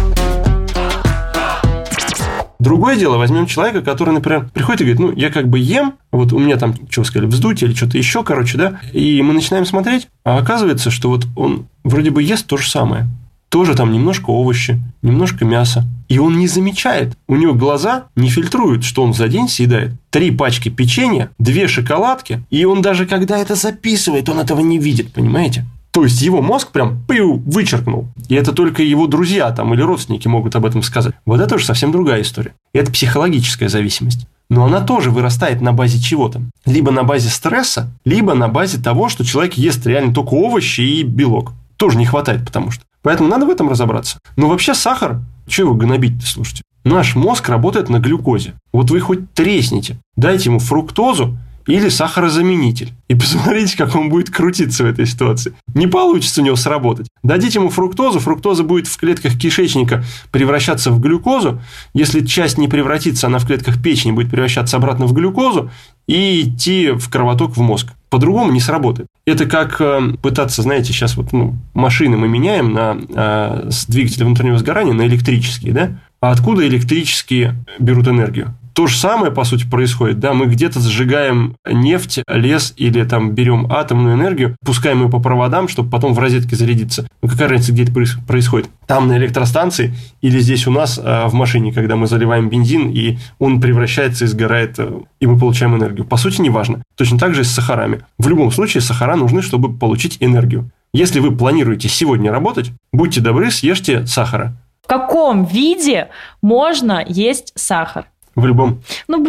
Другое дело, возьмем человека, который, например, приходит и говорит, я как бы ем, вот у меня там, что вы сказали, вздутие или что-то еще, да, и мы начинаем смотреть, а оказывается, что вот он вроде бы ест то же самое. Тоже там немножко овощи, немножко мяса. И он не замечает. У него глаза не фильтруют, что он за день съедает 3 пачки печенья, 2 шоколадки, и он даже когда это записывает, он этого не видит, понимаете? То есть его мозг прям вычеркнул. И это только его друзья там, или родственники могут об этом сказать. Вот это уже совсем другая история. Это психологическая зависимость. Но она тоже вырастает на базе чего-то. Либо на базе стресса, либо на базе того, что человек ест реально только овощи и белок. Тоже не хватает, потому что. Поэтому надо в этом разобраться. Но вообще сахар, что его гнобить-то, слушайте? Наш мозг работает на глюкозе. Вот вы хоть тресните, дайте ему фруктозу, или сахарозаменитель. И посмотрите, как он будет крутиться в этой ситуации. Не получится у него сработать. Дадите ему фруктозу, фруктоза будет в клетках кишечника превращаться в глюкозу. Если часть не превратится, она в клетках печени будет превращаться обратно в глюкозу и идти в кровоток в мозг. По-другому не сработает. Это как пытаться, знаете, сейчас вот машины мы меняем с двигателя внутреннего сгорания на электрические, да? А откуда электрические берут энергию? То же самое, по сути, происходит, да, мы где-то сжигаем нефть, лес или там берем атомную энергию, пускаем ее по проводам, чтобы потом в розетке зарядиться. Какая разница, где это происходит? Там на электростанции или здесь у нас в машине, когда мы заливаем бензин, и он превращается и сгорает, и мы получаем энергию. По сути, неважно. Точно так же и с сахарами. В любом случае, сахара нужны, чтобы получить энергию. Если вы планируете сегодня работать, будьте добры, съешьте сахара. В каком виде можно есть сахар? В любом.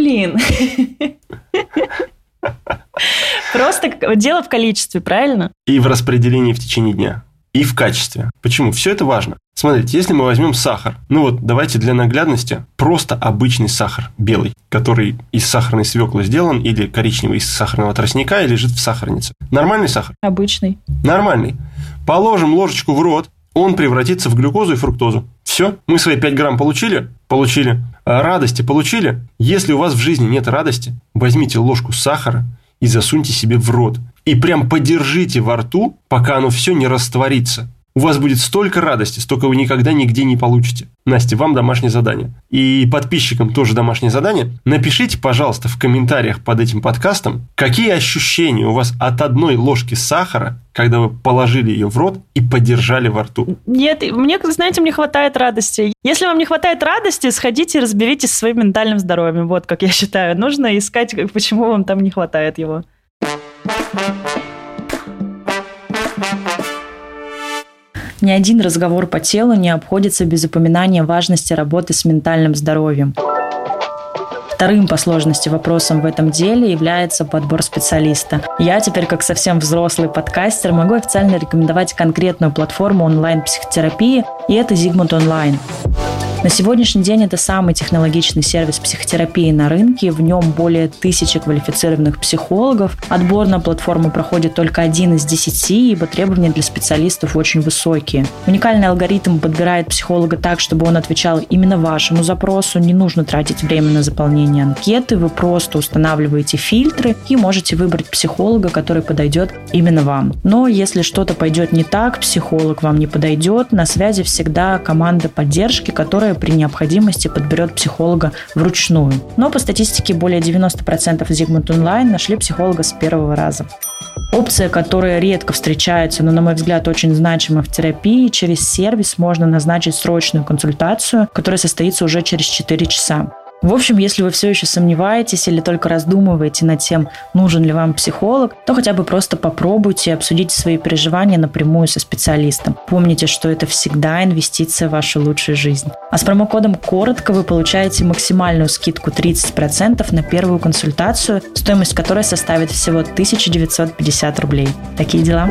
Просто дело в количестве, правильно? И в распределении в течение дня. И в качестве. Почему? Все это важно. Смотрите, если мы возьмем сахар, давайте для наглядности, просто обычный сахар, белый, который из сахарной свеклы сделан, или коричневый из сахарного тростника, и лежит в сахарнице. Нормальный сахар? Обычный. Нормальный. Положим ложечку в рот, он превратится в глюкозу и фруктозу. Все, мы свои 5 грамм получили? Получили. Радости получили? Если у вас в жизни нет радости, возьмите ложку сахара и засуньте себе в рот. И прям подержите во рту, пока оно все не растворится. У вас будет столько радости, столько вы никогда нигде не получите. Настя, вам домашнее задание. И подписчикам тоже домашнее задание. Напишите, пожалуйста, в комментариях под этим подкастом, какие ощущения у вас от одной ложки сахара, когда вы положили ее в рот и подержали во рту. Нет, мне хватает радости. Если вам не хватает радости, сходите и разберитесь со своим ментальным здоровьем. Вот как я считаю. Нужно искать, почему вам там не хватает его. Ни один разговор по телу не обходится без упоминания важности работы с ментальным здоровьем. Вторым по сложности вопросом в этом деле является подбор специалиста. Я теперь, как совсем взрослый подкастер, могу официально рекомендовать конкретную платформу онлайн-психотерапии, и это Zigmund Online. На сегодняшний день это самый технологичный сервис психотерапии на рынке. В нем более 1000 квалифицированных психологов. Отбор на платформу проходит только 1 из 10, ибо требования для специалистов очень высокие. Уникальный алгоритм подбирает психолога так, чтобы он отвечал именно вашему запросу. Не нужно тратить время на заполнение анкеты. Вы просто устанавливаете фильтры и можете выбрать психолога, который подойдет именно вам. Но если что-то пойдет не так, психолог вам не подойдет, на связи всегда команда поддержки, которая при необходимости подберет психолога вручную. Но по статистике более 90% Zigmund Online нашли психолога с первого раза. Опция, которая редко встречается, но, на мой взгляд, очень значима в терапии, через сервис можно назначить срочную консультацию, которая состоится уже через 4 часа. В общем, если вы все еще сомневаетесь или только раздумываете над тем, нужен ли вам психолог, то хотя бы просто попробуйте и обсудите свои переживания напрямую со специалистом. Помните, что это всегда инвестиция в вашу лучшую жизнь. А с промокодом «Коротко» вы получаете максимальную скидку 30% на первую консультацию, стоимость которой составит всего 1950 рублей. Такие дела.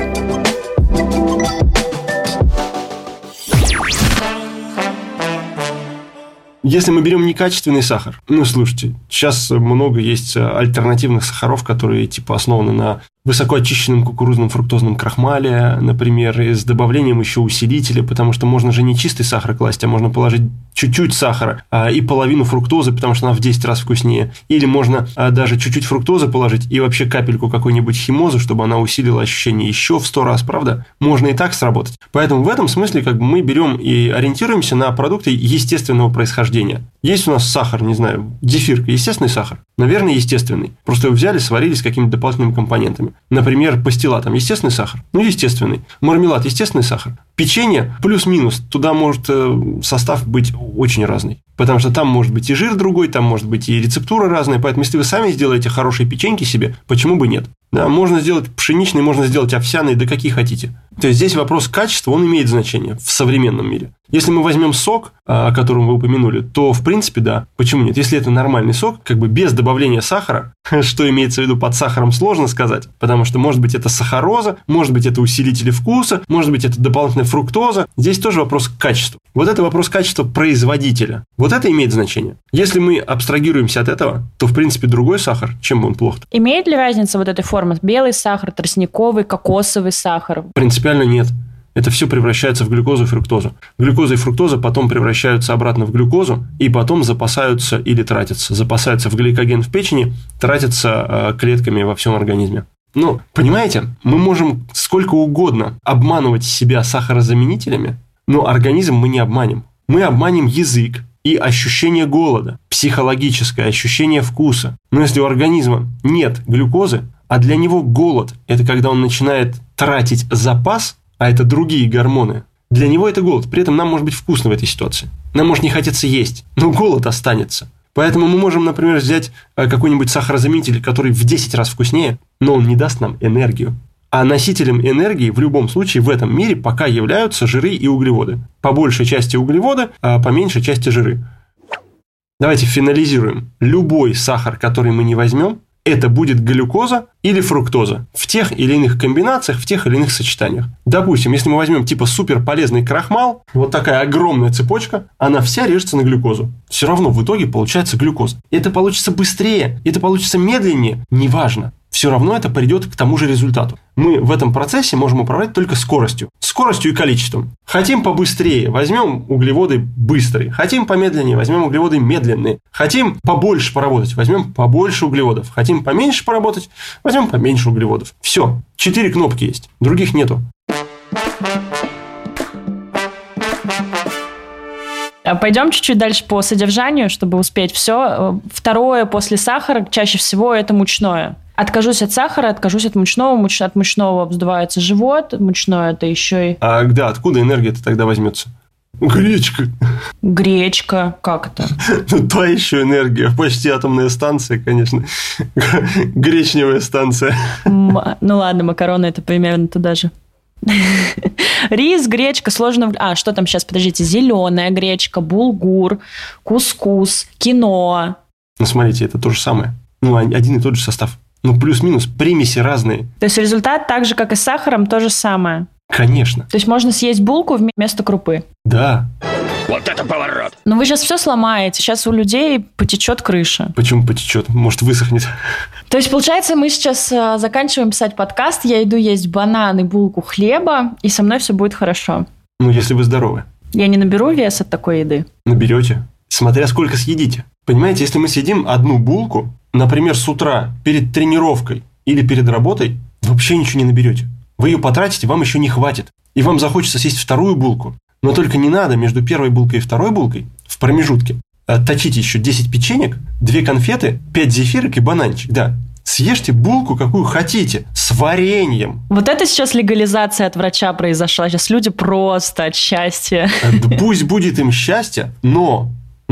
Если мы берем некачественный сахар, слушайте, сейчас много есть альтернативных сахаров, которые типа основаны на высокоочищенном кукурузном фруктозном крахмале, например, и с добавлением еще усилителя, потому что можно же не чистый сахар класть, а можно положить чуть-чуть сахара и половину фруктозы, потому что она в 10 раз вкуснее. Или можно даже чуть-чуть фруктозы положить и вообще капельку какой-нибудь химозы, чтобы она усилила ощущение еще в 100 раз, правда? Можно и так сработать. Поэтому в этом смысле мы берем и ориентируемся на продукты естественного происхождения. Есть у нас сахар, не знаю, зефирка, естественный сахар? Наверное, естественный. Просто его взяли, сварили с какими-то дополнительными компонентами. Например, пастила, там естественный сахар? Естественный. Мармелад, естественный сахар? Печенье плюс-минус. Туда может состав быть очень разный. Потому что там может быть и жир другой, там может быть и рецептура разная. Поэтому, если вы сами сделаете хорошие печеньки себе, почему бы нет? Да, можно сделать пшеничный, можно сделать овсяный, да какие хотите. То есть, здесь вопрос качества, он имеет значение в современном мире. Если мы возьмем сок, о котором вы упомянули, то, в принципе, да. Почему нет? Если это нормальный сок, без добавления сахара, что имеется в виду под сахаром, сложно сказать. Потому что, может быть, это сахароза, может быть, это усилители вкуса, может быть, это дополнительная фруктоза. Здесь тоже вопрос качества. Вот это вопрос качества производителя. Вот это имеет значение. Если мы абстрагируемся от этого, то, в принципе, другой сахар, чем бы он плох. Имеет ли разница вот этой формы? Белый сахар, тростниковый, кокосовый сахар? Принципиально нет. Это все превращается в глюкозу и фруктозу. Глюкоза и фруктоза потом превращаются обратно в глюкозу и потом запасаются или тратятся. Запасаются в гликоген в печени, тратятся клетками во всем организме. Понимаете, мы можем сколько угодно обманывать себя сахарозаменителями, но организм мы не обманем. Мы обманем язык и ощущение голода, психологическое ощущение вкуса. Но если у организма нет глюкозы, а для него голод – это когда он начинает тратить запас, а это другие гормоны, для него это голод. При этом нам может быть вкусно в этой ситуации. Нам может не хотеться есть, но голод останется. Поэтому мы можем, например, взять какой-нибудь сахарозаменитель, который в 10 раз вкуснее, но он не даст нам энергию. А носителем энергии в любом случае в этом мире пока являются жиры и углеводы. По большей части углеводы, а по меньшей части жиры. Давайте финализируем. Любой сахар, который мы не возьмем, это будет глюкоза или фруктоза в тех или иных комбинациях, в тех или иных сочетаниях. Допустим, если мы возьмем типа суперполезный крахмал, вот такая огромная цепочка, она вся режется на глюкозу. Все равно в итоге получается глюкоза. Это получится быстрее, это получится медленнее, неважно. Все равно это придет к тому же результату. Мы в этом процессе можем управлять только скоростью. Скоростью и количеством. Хотим побыстрее, возьмем углеводы быстрые. Хотим помедленнее, возьмем углеводы медленные. Хотим побольше поработать, возьмем побольше углеводов. Хотим поменьше поработать, возьмем поменьше углеводов. Все. 4 кнопки есть, других нету. Пойдем чуть-чуть дальше по содержанию, чтобы успеть все. Второе после сахара чаще всего это мучное. Откажусь от сахара, откажусь от мучного. От мучного вздувается живот. Мучное это еще и... Откуда энергия-то тогда возьмется? Гречка. Гречка? Как это? Та еще энергия. Почти атомная станция, конечно. Гречневая станция. Ладно, макароны это примерно туда же. Рис, гречка, сложно... что там сейчас, подождите, зеленая гречка, булгур, кускус, киноа. Ну, смотрите, это то же самое. Один и тот же состав. Плюс-минус, примеси разные. То есть результат так же, как и с сахаром, то же самое? Конечно. То есть можно съесть булку вместо крупы? Да. Вот это поворот! Но вы сейчас все сломаете. Сейчас у людей потечет крыша. Почему потечет? Может, высохнет. То есть, получается, мы сейчас заканчиваем писать подкаст, я иду есть бананы, булку хлеба, и со мной все будет хорошо. Если вы здоровы. Я не наберу вес от такой еды? Наберете. Смотря сколько съедите. Понимаете, если мы съедим одну булку, например, с утра, перед тренировкой или перед работой, вы вообще ничего не наберете. Вы ее потратите, вам еще не хватит. И вам захочется съесть вторую булку. Но только не надо между первой булкой и второй булкой в промежутке точите еще 10 печенек, 2 конфеты, 5 зефирок и бананчик. Да, съешьте булку, какую хотите, с вареньем. Вот это сейчас легализация от врача произошла. Сейчас люди просто от счастья. Пусть будет им счастье, но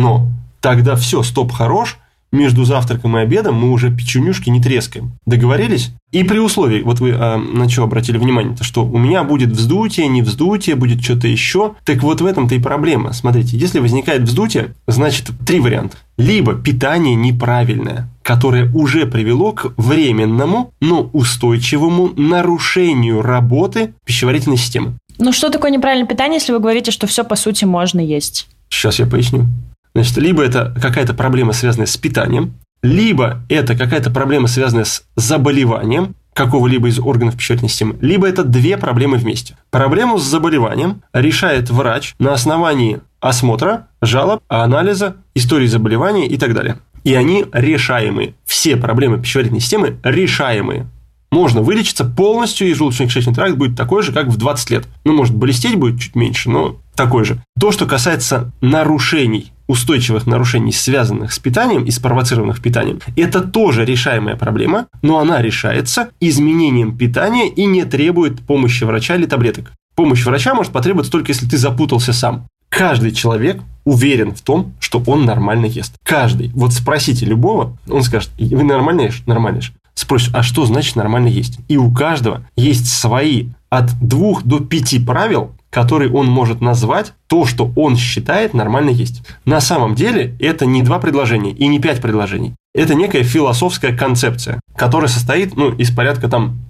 тогда все, стоп, хорош. Между завтраком и обедом мы уже печенюшки не трескаем. Договорились? И при условии, вот вы на что обратили внимание, что у меня будет вздутие, не вздутие, будет что-то еще. Так вот в этом-то и проблема. Смотрите, если возникает вздутие, значит 3 варианта. Либо питание неправильное, которое уже привело к временному, но устойчивому нарушению работы пищеварительной системы. Что такое неправильное питание, если вы говорите, что все по сути можно есть? Сейчас я поясню. Значит, либо это какая-то проблема, связанная с питанием, либо это какая-то проблема, связанная с заболеванием какого-либо из органов пищеварительной системы, либо это 2 проблемы вместе. Проблему с заболеванием решает врач на основании осмотра, жалоб, анализа, истории заболевания и так далее. И они решаемые. Все проблемы пищеварительной системы решаемые. Можно вылечиться полностью, и желудочно-кишечный тракт будет такой же, как в 20 лет. Может, блестеть будет чуть меньше, но такой же. То, что касается нарушений, устойчивых нарушений, связанных с питанием и спровоцированных питанием, это тоже решаемая проблема, но она решается изменением питания и не требует помощи врача или таблеток. Помощь врача может потребоваться только если ты запутался сам. Каждый человек уверен в том, что он нормально ест. Каждый. Вот спросите любого, он скажет: вы нормально ешь? Нормально ешь. Спросишь, а что значит нормально есть? И у каждого есть свои от 2 до 5 правил, которые он может назвать то, что он считает нормально есть. На самом деле это не 2 предложения и не 5 предложений. Это некая философская концепция, которая состоит из порядка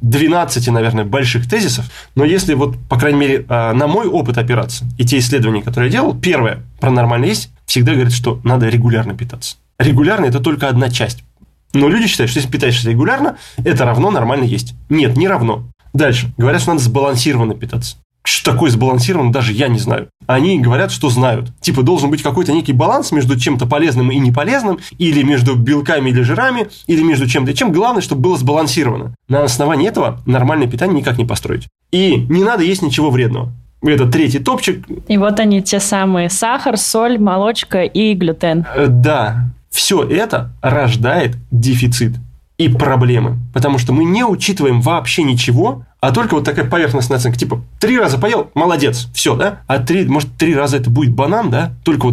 12, наверное, больших тезисов. Но если по крайней мере, на мой опыт опираться и те исследования, которые я делал, первое про нормально есть всегда говорит, что надо регулярно питаться. Регулярно – это только одна часть. Но люди считают, что если питаешься регулярно, это равно нормально есть. Нет, не равно. Дальше. Говорят, что надо сбалансированно питаться. Что такое сбалансированно, даже я не знаю. Они говорят, что знают. Должен быть какой-то некий баланс между чем-то полезным и неполезным, или между белками или жирами, или между чем-то и чем. Главное, чтобы было сбалансировано. На основании этого нормальное питание никак не построить. И не надо есть ничего вредного. Это 3-й топчик. И вот они, те самые: сахар, соль, молочка и глютен. Да. Все это рождает дефицит и проблемы, потому что мы не учитываем вообще ничего, а только такая поверхностная оценка, 3 раза поел, молодец, все, да? А 3 раза это будет банан, да? Только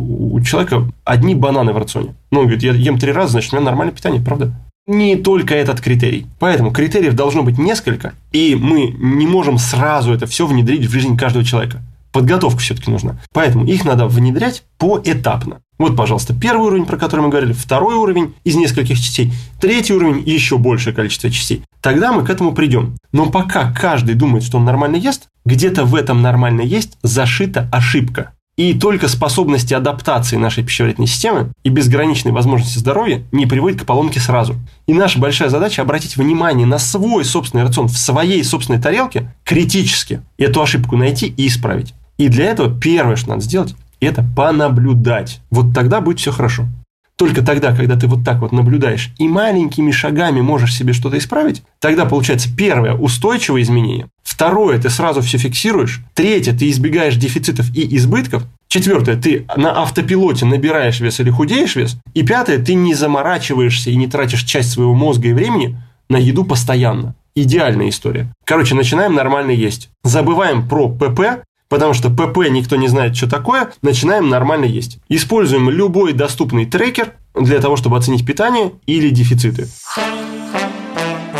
у человека одни бананы в рационе. Он говорит, я ем 3 раза, значит, у меня нормальное питание, правда? Не только этот критерий. Поэтому критериев должно быть несколько, и мы не можем сразу это все внедрить в жизнь каждого человека. Подготовка все-таки нужна. Поэтому их надо внедрять поэтапно. Вот, пожалуйста, 1-й уровень, про который мы говорили, 2-й уровень из нескольких частей, 3-й уровень и еще большее количество частей. Тогда мы к этому придем. Но пока каждый думает, что он нормально ест, где-то в этом нормально есть зашита ошибка. И только способности адаптации нашей пищеварительной системы и безграничной возможности здоровья не приводит к поломке сразу. И наша большая задача обратить внимание на свой собственный рацион в своей собственной тарелке критически, эту ошибку найти и исправить. И для этого первое, что надо сделать, это понаблюдать. Вот тогда будет все хорошо. Только тогда, когда ты вот так вот наблюдаешь и маленькими шагами можешь себе что-то исправить, тогда получается 1-е устойчивое изменение, 2-е ты сразу все фиксируешь, 3-е ты избегаешь дефицитов и избытков, 4-е ты на автопилоте набираешь вес или худеешь вес, и 5-е ты не заморачиваешься и не тратишь часть своего мозга и времени на еду постоянно. Идеальная история. Короче, начинаем нормально есть. Забываем про ПП, потому что ПП никто не знает, что такое, начинаем нормально есть. Используем любой доступный трекер для того, чтобы оценить питание или дефициты.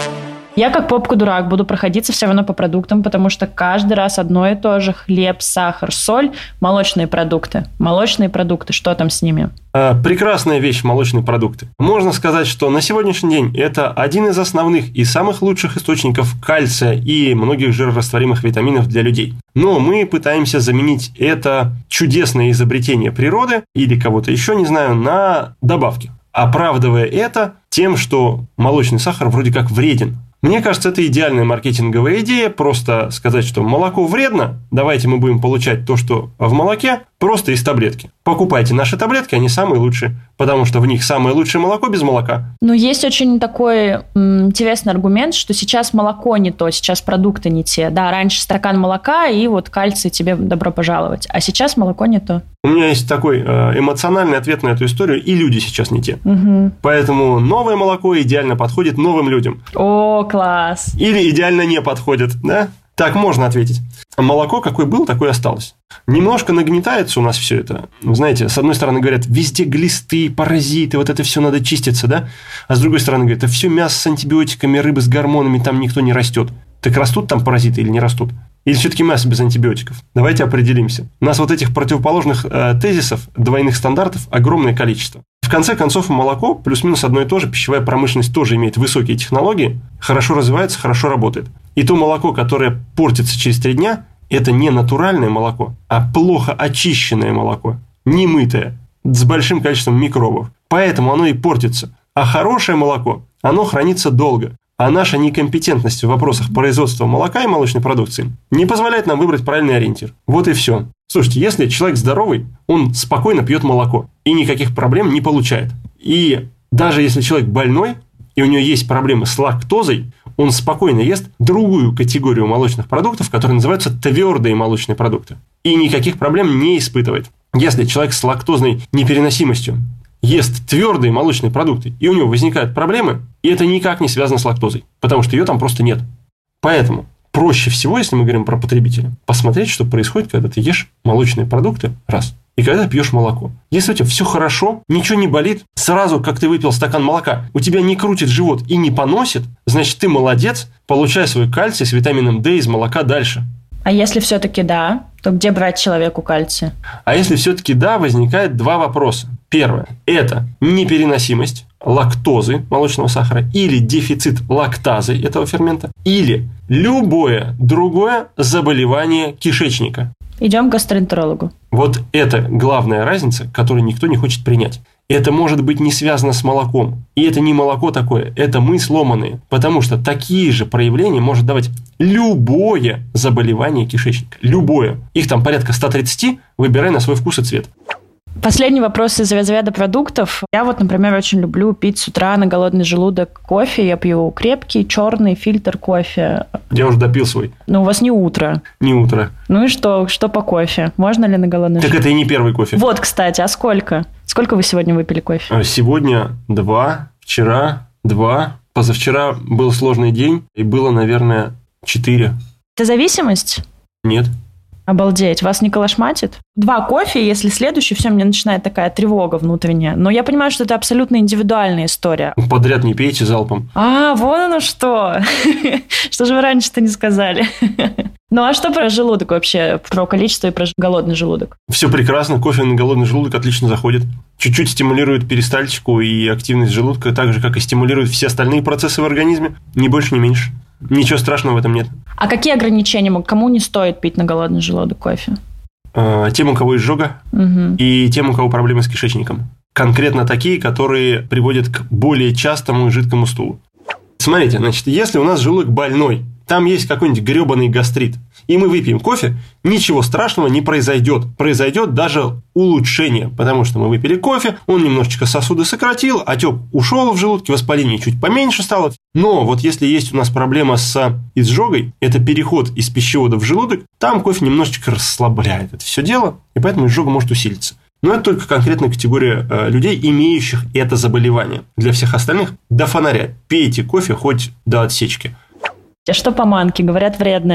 Я как попка-дурак буду проходиться все равно по продуктам, потому что каждый раз одно и то же: хлеб, сахар, соль, молочные продукты. Молочные продукты, что там с ними? Прекрасная вещь – молочные продукты. Можно сказать, что на сегодняшний день это один из основных и самых лучших источников кальция и многих жирорастворимых витаминов для людей. Но мы пытаемся заменить это чудесное изобретение природы или кого-то еще, не знаю, на добавки, оправдывая это тем, что молочный сахар вроде как вреден. Мне кажется, это идеальная маркетинговая идея, просто сказать, что молоко вредно, давайте мы будем получать то, что в молоке, просто из таблетки. Покупайте наши таблетки, они самые лучшие, потому что в них самое лучшее молоко без молока. Ну, есть очень такой интересный аргумент, что сейчас молоко не то, сейчас продукты не те. Да, раньше стакан молока и вот кальций, тебе добро пожаловать, а сейчас молоко не то. У меня есть такой эмоциональный ответ на эту историю, и люди сейчас не те. Угу. Поэтому новое молоко идеально подходит новым людям. О, класс! Или идеально не подходит, да? Так можно ответить. Молоко какое было, такое и осталось. Немножко нагнетается у нас все это. Вы знаете, с одной стороны говорят, везде глисты, паразиты, вот это все надо чиститься, да? А с другой стороны говорят, это все мясо с антибиотиками, рыбы с гормонами, там никто не растет. Так растут там паразиты или не растут? Или все-таки мясо без антибиотиков? Давайте определимся. У нас вот этих противоположных тезисов, двойных стандартов огромное количество. В конце концов, молоко плюс-минус одно и то же, пищевая промышленность тоже имеет высокие технологии, хорошо развивается, хорошо работает. И то молоко, которое портится через 3 дня, это не натуральное молоко, а плохо очищенное молоко, немытое, с большим количеством микробов. Поэтому оно и портится. А хорошее молоко, оно хранится долго. А наша некомпетентность в вопросах производства молока и молочной продукции не позволяет нам выбрать правильный ориентир. Вот и все. Слушайте, если человек здоровый, он спокойно пьет молоко и никаких проблем не получает. И даже если человек больной, и у него есть проблемы с лактозой, он спокойно ест другую категорию молочных продуктов, которые называются твердые молочные продукты. И никаких проблем не испытывает. Если человек с лактозной непереносимостью ест твердые молочные продукты, и у него возникают проблемы, и это никак не связано с лактозой, потому что ее там просто нет. Поэтому проще всего, если мы говорим про потребителя, посмотреть, что происходит, когда ты ешь молочные продукты, раз, и когда пьешь молоко. Если у тебя все хорошо, ничего не болит, сразу, как ты выпил стакан молока, у тебя не крутит живот и не поносит, значит, ты молодец, получай свой кальций с витамином D из молока дальше. А если все-таки да, то где брать человеку кальций? А если все-таки да, возникает 2 вопроса. Первое – это непереносимость лактозы, молочного сахара, или дефицит лактазы этого фермента, или любое другое заболевание кишечника. Идем к гастроэнтерологу. Вот это главная разница, которую никто не хочет принять. Это может быть не связано с молоком. И это не молоко такое, это мы сломанные. Потому что такие же проявления может давать любое заболевание кишечника. Любое. Их там порядка 130, выбирай на свой вкус и цвет. Последний вопрос из разряда продуктов. Я вот, например, очень люблю пить с утра на голодный желудок кофе. Я пью крепкий, черный фильтр кофе. Я уже допил свой. Но у вас не утро. Не утро. Ну и что? Что по кофе? Можно ли на голодный желудок? Так это и не первый кофе. Вот, кстати, а сколько? Сколько вы сегодня выпили кофе? Сегодня 2, вчера 2. Позавчера был сложный день, и было, наверное, 4. Это зависимость? Нет. Обалдеть, вас не колошматит? 2 кофе, если следующий, все, мне начинает такая тревога внутренняя. Но я понимаю, что это абсолютно индивидуальная история. Подряд не пейте залпом. А, вон оно что. Что же вы раньше-то не сказали? Ну, а что про желудок вообще? Про количество и про голодный желудок? Все прекрасно, кофе на голодный желудок отлично заходит. Чуть-чуть стимулирует перистальтику и активность желудка, так же, как и стимулирует все остальные процессы в организме. Ни больше, ни меньше. Ничего страшного в этом нет. А какие ограничения? Кому не стоит пить на голодный желудок кофе? Тем, у кого изжога, и тем, у кого проблемы с кишечником. Конкретно такие, которые приводят к более частому жидкому стулу. Смотрите, значит, если у нас желудок больной, там есть какой-нибудь гребаный гастрит, и мы выпьем кофе, ничего страшного не произойдет. Произойдет даже улучшение, потому что мы выпили кофе, он немножечко сосуды сократил, отек ушел в желудке, воспаление чуть поменьше стало. Но вот если есть у нас проблема с изжогой, это переход из пищевода в желудок, там кофе немножечко расслабляет это все дело, и поэтому изжога может усилиться. Но это только конкретная категория людей, имеющих это заболевание. Для всех остальных до фонаря. Пейте кофе хоть до отсечки. А что по манке? Говорят, вредное.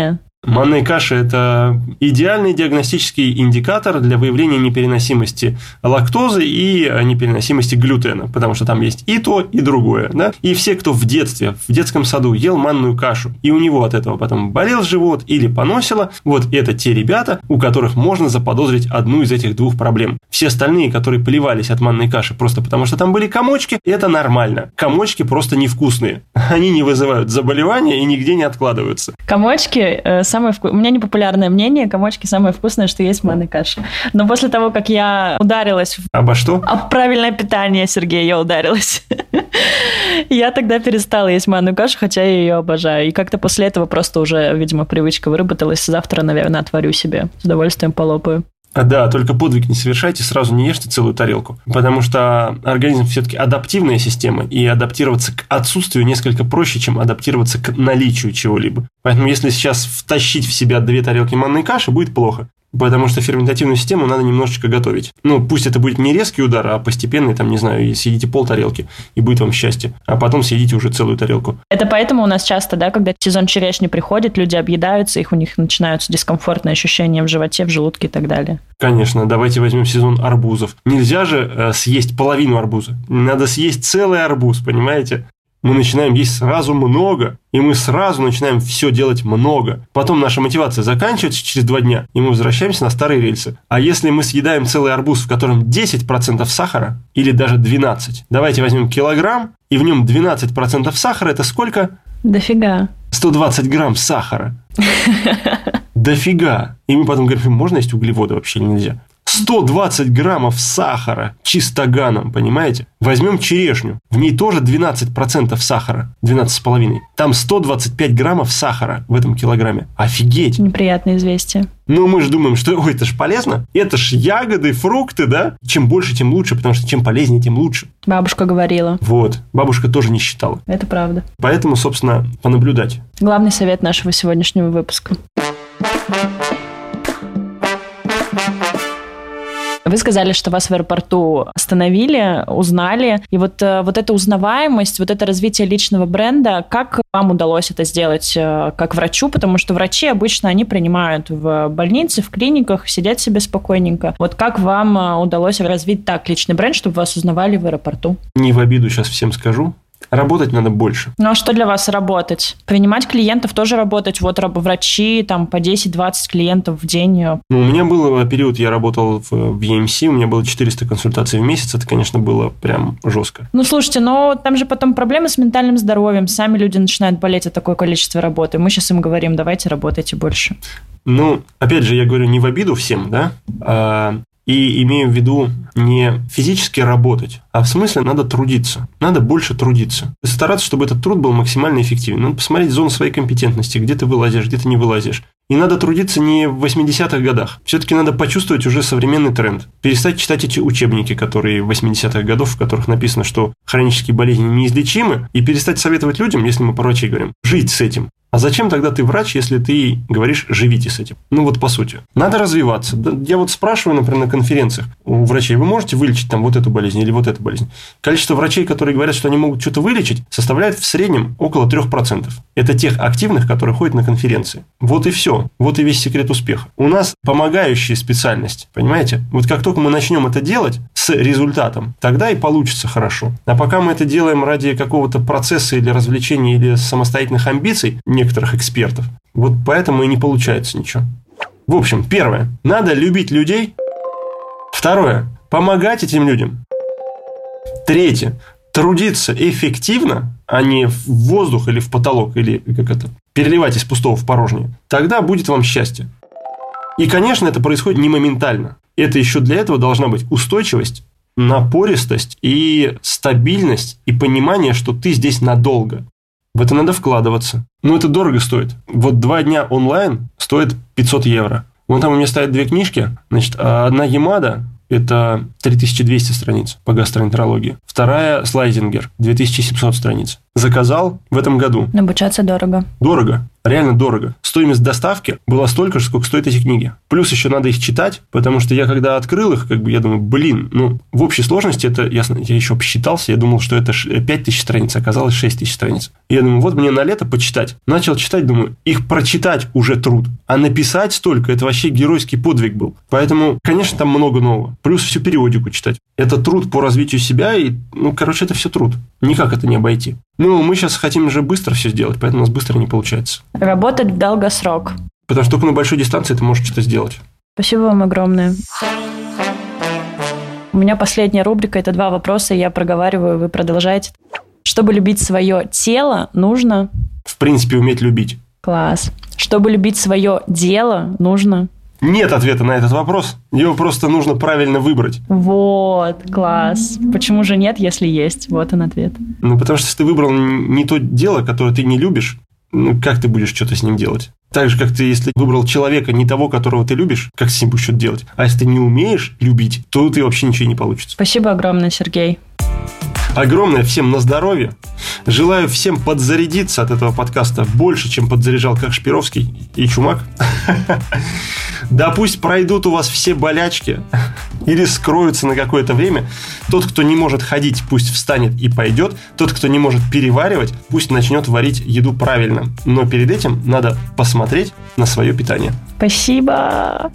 Манная каша – это идеальный диагностический индикатор для выявления непереносимости лактозы и непереносимости глютена, потому что там есть и то, и другое. Да? И все, кто в детстве, в детском саду ел манную кашу, и у него от этого потом болел живот или поносило, вот это те ребята, у которых можно заподозрить одну из этих двух проблем. Все остальные, которые плевались от манной каши просто потому, что там были комочки, это нормально. Комочки просто невкусные. Они не вызывают заболевания и нигде не откладываются. Комочки самое вкусное. У меня непопулярное мнение, комочки самое вкусное, что есть в манной каше. Но после того, как я ударилась... Обо что? Об правильное питание, Сергей, я ударилась. Я тогда перестала есть манную кашу, хотя я ее обожаю. И как-то после этого просто уже, видимо, привычка выработалась. Завтра, наверное, отварю себе. С удовольствием полопаю. Да, только подвиг не совершайте, сразу не ешьте целую тарелку, потому что организм все-таки адаптивная система, и адаптироваться к отсутствию несколько проще, чем адаптироваться к наличию чего-либо. Поэтому если сейчас втащить в себя 2 тарелки манной каши, будет плохо. Потому что ферментативную систему надо немножечко готовить. Ну, пусть это будет не резкий удар, а постепенный, там, не знаю, съедите полтарелки, и будет вам счастье. А потом съедите уже целую тарелку. Это поэтому у нас часто, да, когда сезон черешни приходит, люди объедаются, у них начинаются дискомфортные ощущения в животе, в желудке и так далее. Конечно, давайте возьмем сезон арбузов. Нельзя же съесть половину арбуза. Надо съесть целый арбуз, понимаете? Мы начинаем есть сразу много, и мы сразу начинаем все делать много. Потом наша мотивация заканчивается через 2 дня, и мы возвращаемся на старые рельсы. А если мы съедаем целый арбуз, в котором 10% сахара, или даже 12%, давайте возьмем килограмм, и в нем 12% сахара, это сколько? Дофига. 120 грамм сахара. Дофига. И мы потом говорим, можно есть углеводы вообще или нельзя? 120 граммов сахара чистоганом, понимаете? Возьмем черешню. В ней тоже 12% сахара. 12,5. Там 125 граммов сахара в этом килограмме. Офигеть. Неприятное известие. Но мы же думаем, что ой, это ж полезно. Это ж ягоды, фрукты, да? Чем больше, тем лучше, потому что чем полезнее, тем лучше. Бабушка говорила. Вот. Бабушка тоже не считала. Это правда. Поэтому, собственно, понаблюдать. Главный совет нашего сегодняшнего выпуска. Вы сказали, что вас в аэропорту остановили, узнали. И вот эта узнаваемость, вот это развитие личного бренда, как вам удалось это сделать как врачу? Потому что врачи обычно, они принимают в больнице, в клиниках, сидят себе спокойненько. Вот как вам удалось развить так личный бренд, чтобы вас узнавали в аэропорту? Не в обиду сейчас всем скажу. Работать надо больше. Ну, а что для вас работать? Принимать клиентов тоже работать? Вот врачи, там, по 10-20 клиентов в день. Ну, у меня был период, я работал в EMC, у меня было 400 консультаций в месяц. Это, конечно, было прям жестко. Ну, слушайте, но там же потом проблемы с ментальным здоровьем. Сами люди начинают болеть от такое количество работы. Мы сейчас им говорим, давайте работайте больше. Ну, опять же, я говорю не в обиду всем, да, и имею в виду не физически работать, а в смысле надо трудиться. Надо больше трудиться. И стараться, чтобы этот труд был максимально эффективен. Надо посмотреть зону своей компетентности, где ты вылазишь, где ты не вылазишь. И надо трудиться не в 80-х годах. Все-таки надо почувствовать уже современный тренд. Перестать читать эти учебники, которые 80-х годов, в которых написано, что хронические болезни неизлечимы, и перестать советовать людям, если мы про врачей говорим, жить с этим. А зачем тогда ты врач, если ты говоришь «живите с этим»? Ну вот по сути. Надо развиваться. Я вот спрашиваю, например, на конференциях у врачей, вы можете вылечить там вот эту болезнь или вот эту болезнь? Количество врачей, которые говорят, что они могут что-то вылечить, составляет в среднем около 3%. Это тех активных, которые ходят на конференции. Вот и все. Вот и весь секрет успеха. У нас помогающая специальность, понимаете? Вот как только мы начнем это делать с результатом, тогда и получится хорошо. А пока мы это делаем ради какого-то процесса или развлечения, или самостоятельных амбиций некоторых экспертов, вот поэтому и не получается ничего. В общем, первое. Надо любить людей. Второе. Помогать этим людям. Третье. Трудиться эффективно, а не в воздух или в потолок, или как это, переливать из пустого в порожнее. Тогда будет вам счастье. И, конечно, это происходит не моментально. Это еще для этого должна быть устойчивость, напористость и стабильность, и понимание, что ты здесь надолго. В это надо вкладываться. Но это дорого стоит. Вот 2 дня онлайн стоит 500 евро. Вон там у меня стоят 2 книжки. Значит, одна Ямада – это 3200 страниц по гастроэнтерологии. Вторая Слайзингер – 2700 страниц. заказал в этом году. Обучаться дорого. Дорого. Реально дорого. Стоимость доставки была столько же, сколько стоят эти книги. Плюс еще надо их читать, потому что я когда открыл их, я думаю, в общей сложности это, я еще обсчитался, я думал, что это 5000 страниц, оказалось 6000 страниц. И я думаю, вот мне на лето почитать. Начал читать, думаю, их прочитать уже труд, а написать столько, это вообще геройский подвиг был. Поэтому, конечно, там много нового. Плюс всю периодику читать. Это труд по развитию себя, и, это все труд. Никак это не обойти. Мы сейчас хотим же быстро все сделать, поэтому у нас быстро не получается. Работать в долгосрок. Потому что только на большой дистанции ты можешь что-то сделать. Спасибо вам огромное. У меня последняя рубрика, это 2 вопроса, я проговариваю, вы продолжаете. Чтобы любить свое тело, нужно... В принципе, уметь любить. Класс. Чтобы любить свое дело, нужно... Нет ответа на этот вопрос. Его просто нужно правильно выбрать. Вот, класс. Почему же нет, если есть? Вот он ответ. Потому что если ты выбрал не то дело, которое ты не любишь, как ты будешь что-то с ним делать? Так же, как ты, если выбрал человека не того, которого ты любишь, как с ним будешь что-то делать? А если ты не умеешь любить, то ты вообще ничего не получится. Спасибо огромное, Сергей. Огромное всем на здоровье. Желаю всем подзарядиться от этого подкаста больше, чем подзаряжал Кашпировский и Чумак. Да пусть пройдут у вас все болячки или скроются на какое-то время. Тот, кто не может ходить, пусть встанет и пойдет. Тот, кто не может переваривать, пусть начнет варить еду правильно. Но перед этим надо посмотреть на свое питание. Спасибо.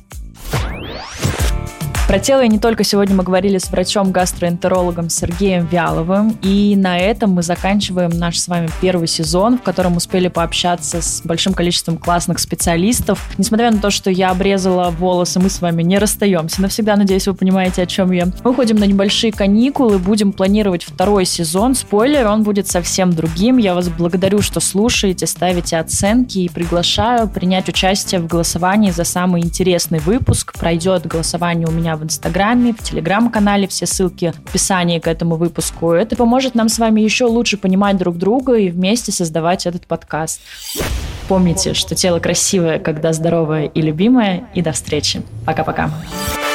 Про тело и не только сегодня мы говорили с врачом-гастроэнтерологом Сергеем Вяловым. И на этом мы заканчиваем наш с вами 1 сезон, в котором успели пообщаться с большим количеством классных специалистов. Несмотря на то, что я обрезала волосы, мы с вами не расстаемся навсегда. Надеюсь, вы понимаете, о чем я. Мы уходим на небольшие каникулы, будем планировать 2 сезон. Спойлер, он будет совсем другим. Я вас благодарю, что слушаете, ставите оценки и приглашаю принять участие в голосовании за самый интересный выпуск. Пройдет голосование у меня в Инстаграме, в Телеграм-канале, все ссылки в описании к этому выпуску. Это поможет нам с вами еще лучше понимать друг друга и вместе создавать этот подкаст. Помните, что тело красивое, когда здоровое и любимое. И до встречи. Пока-пока.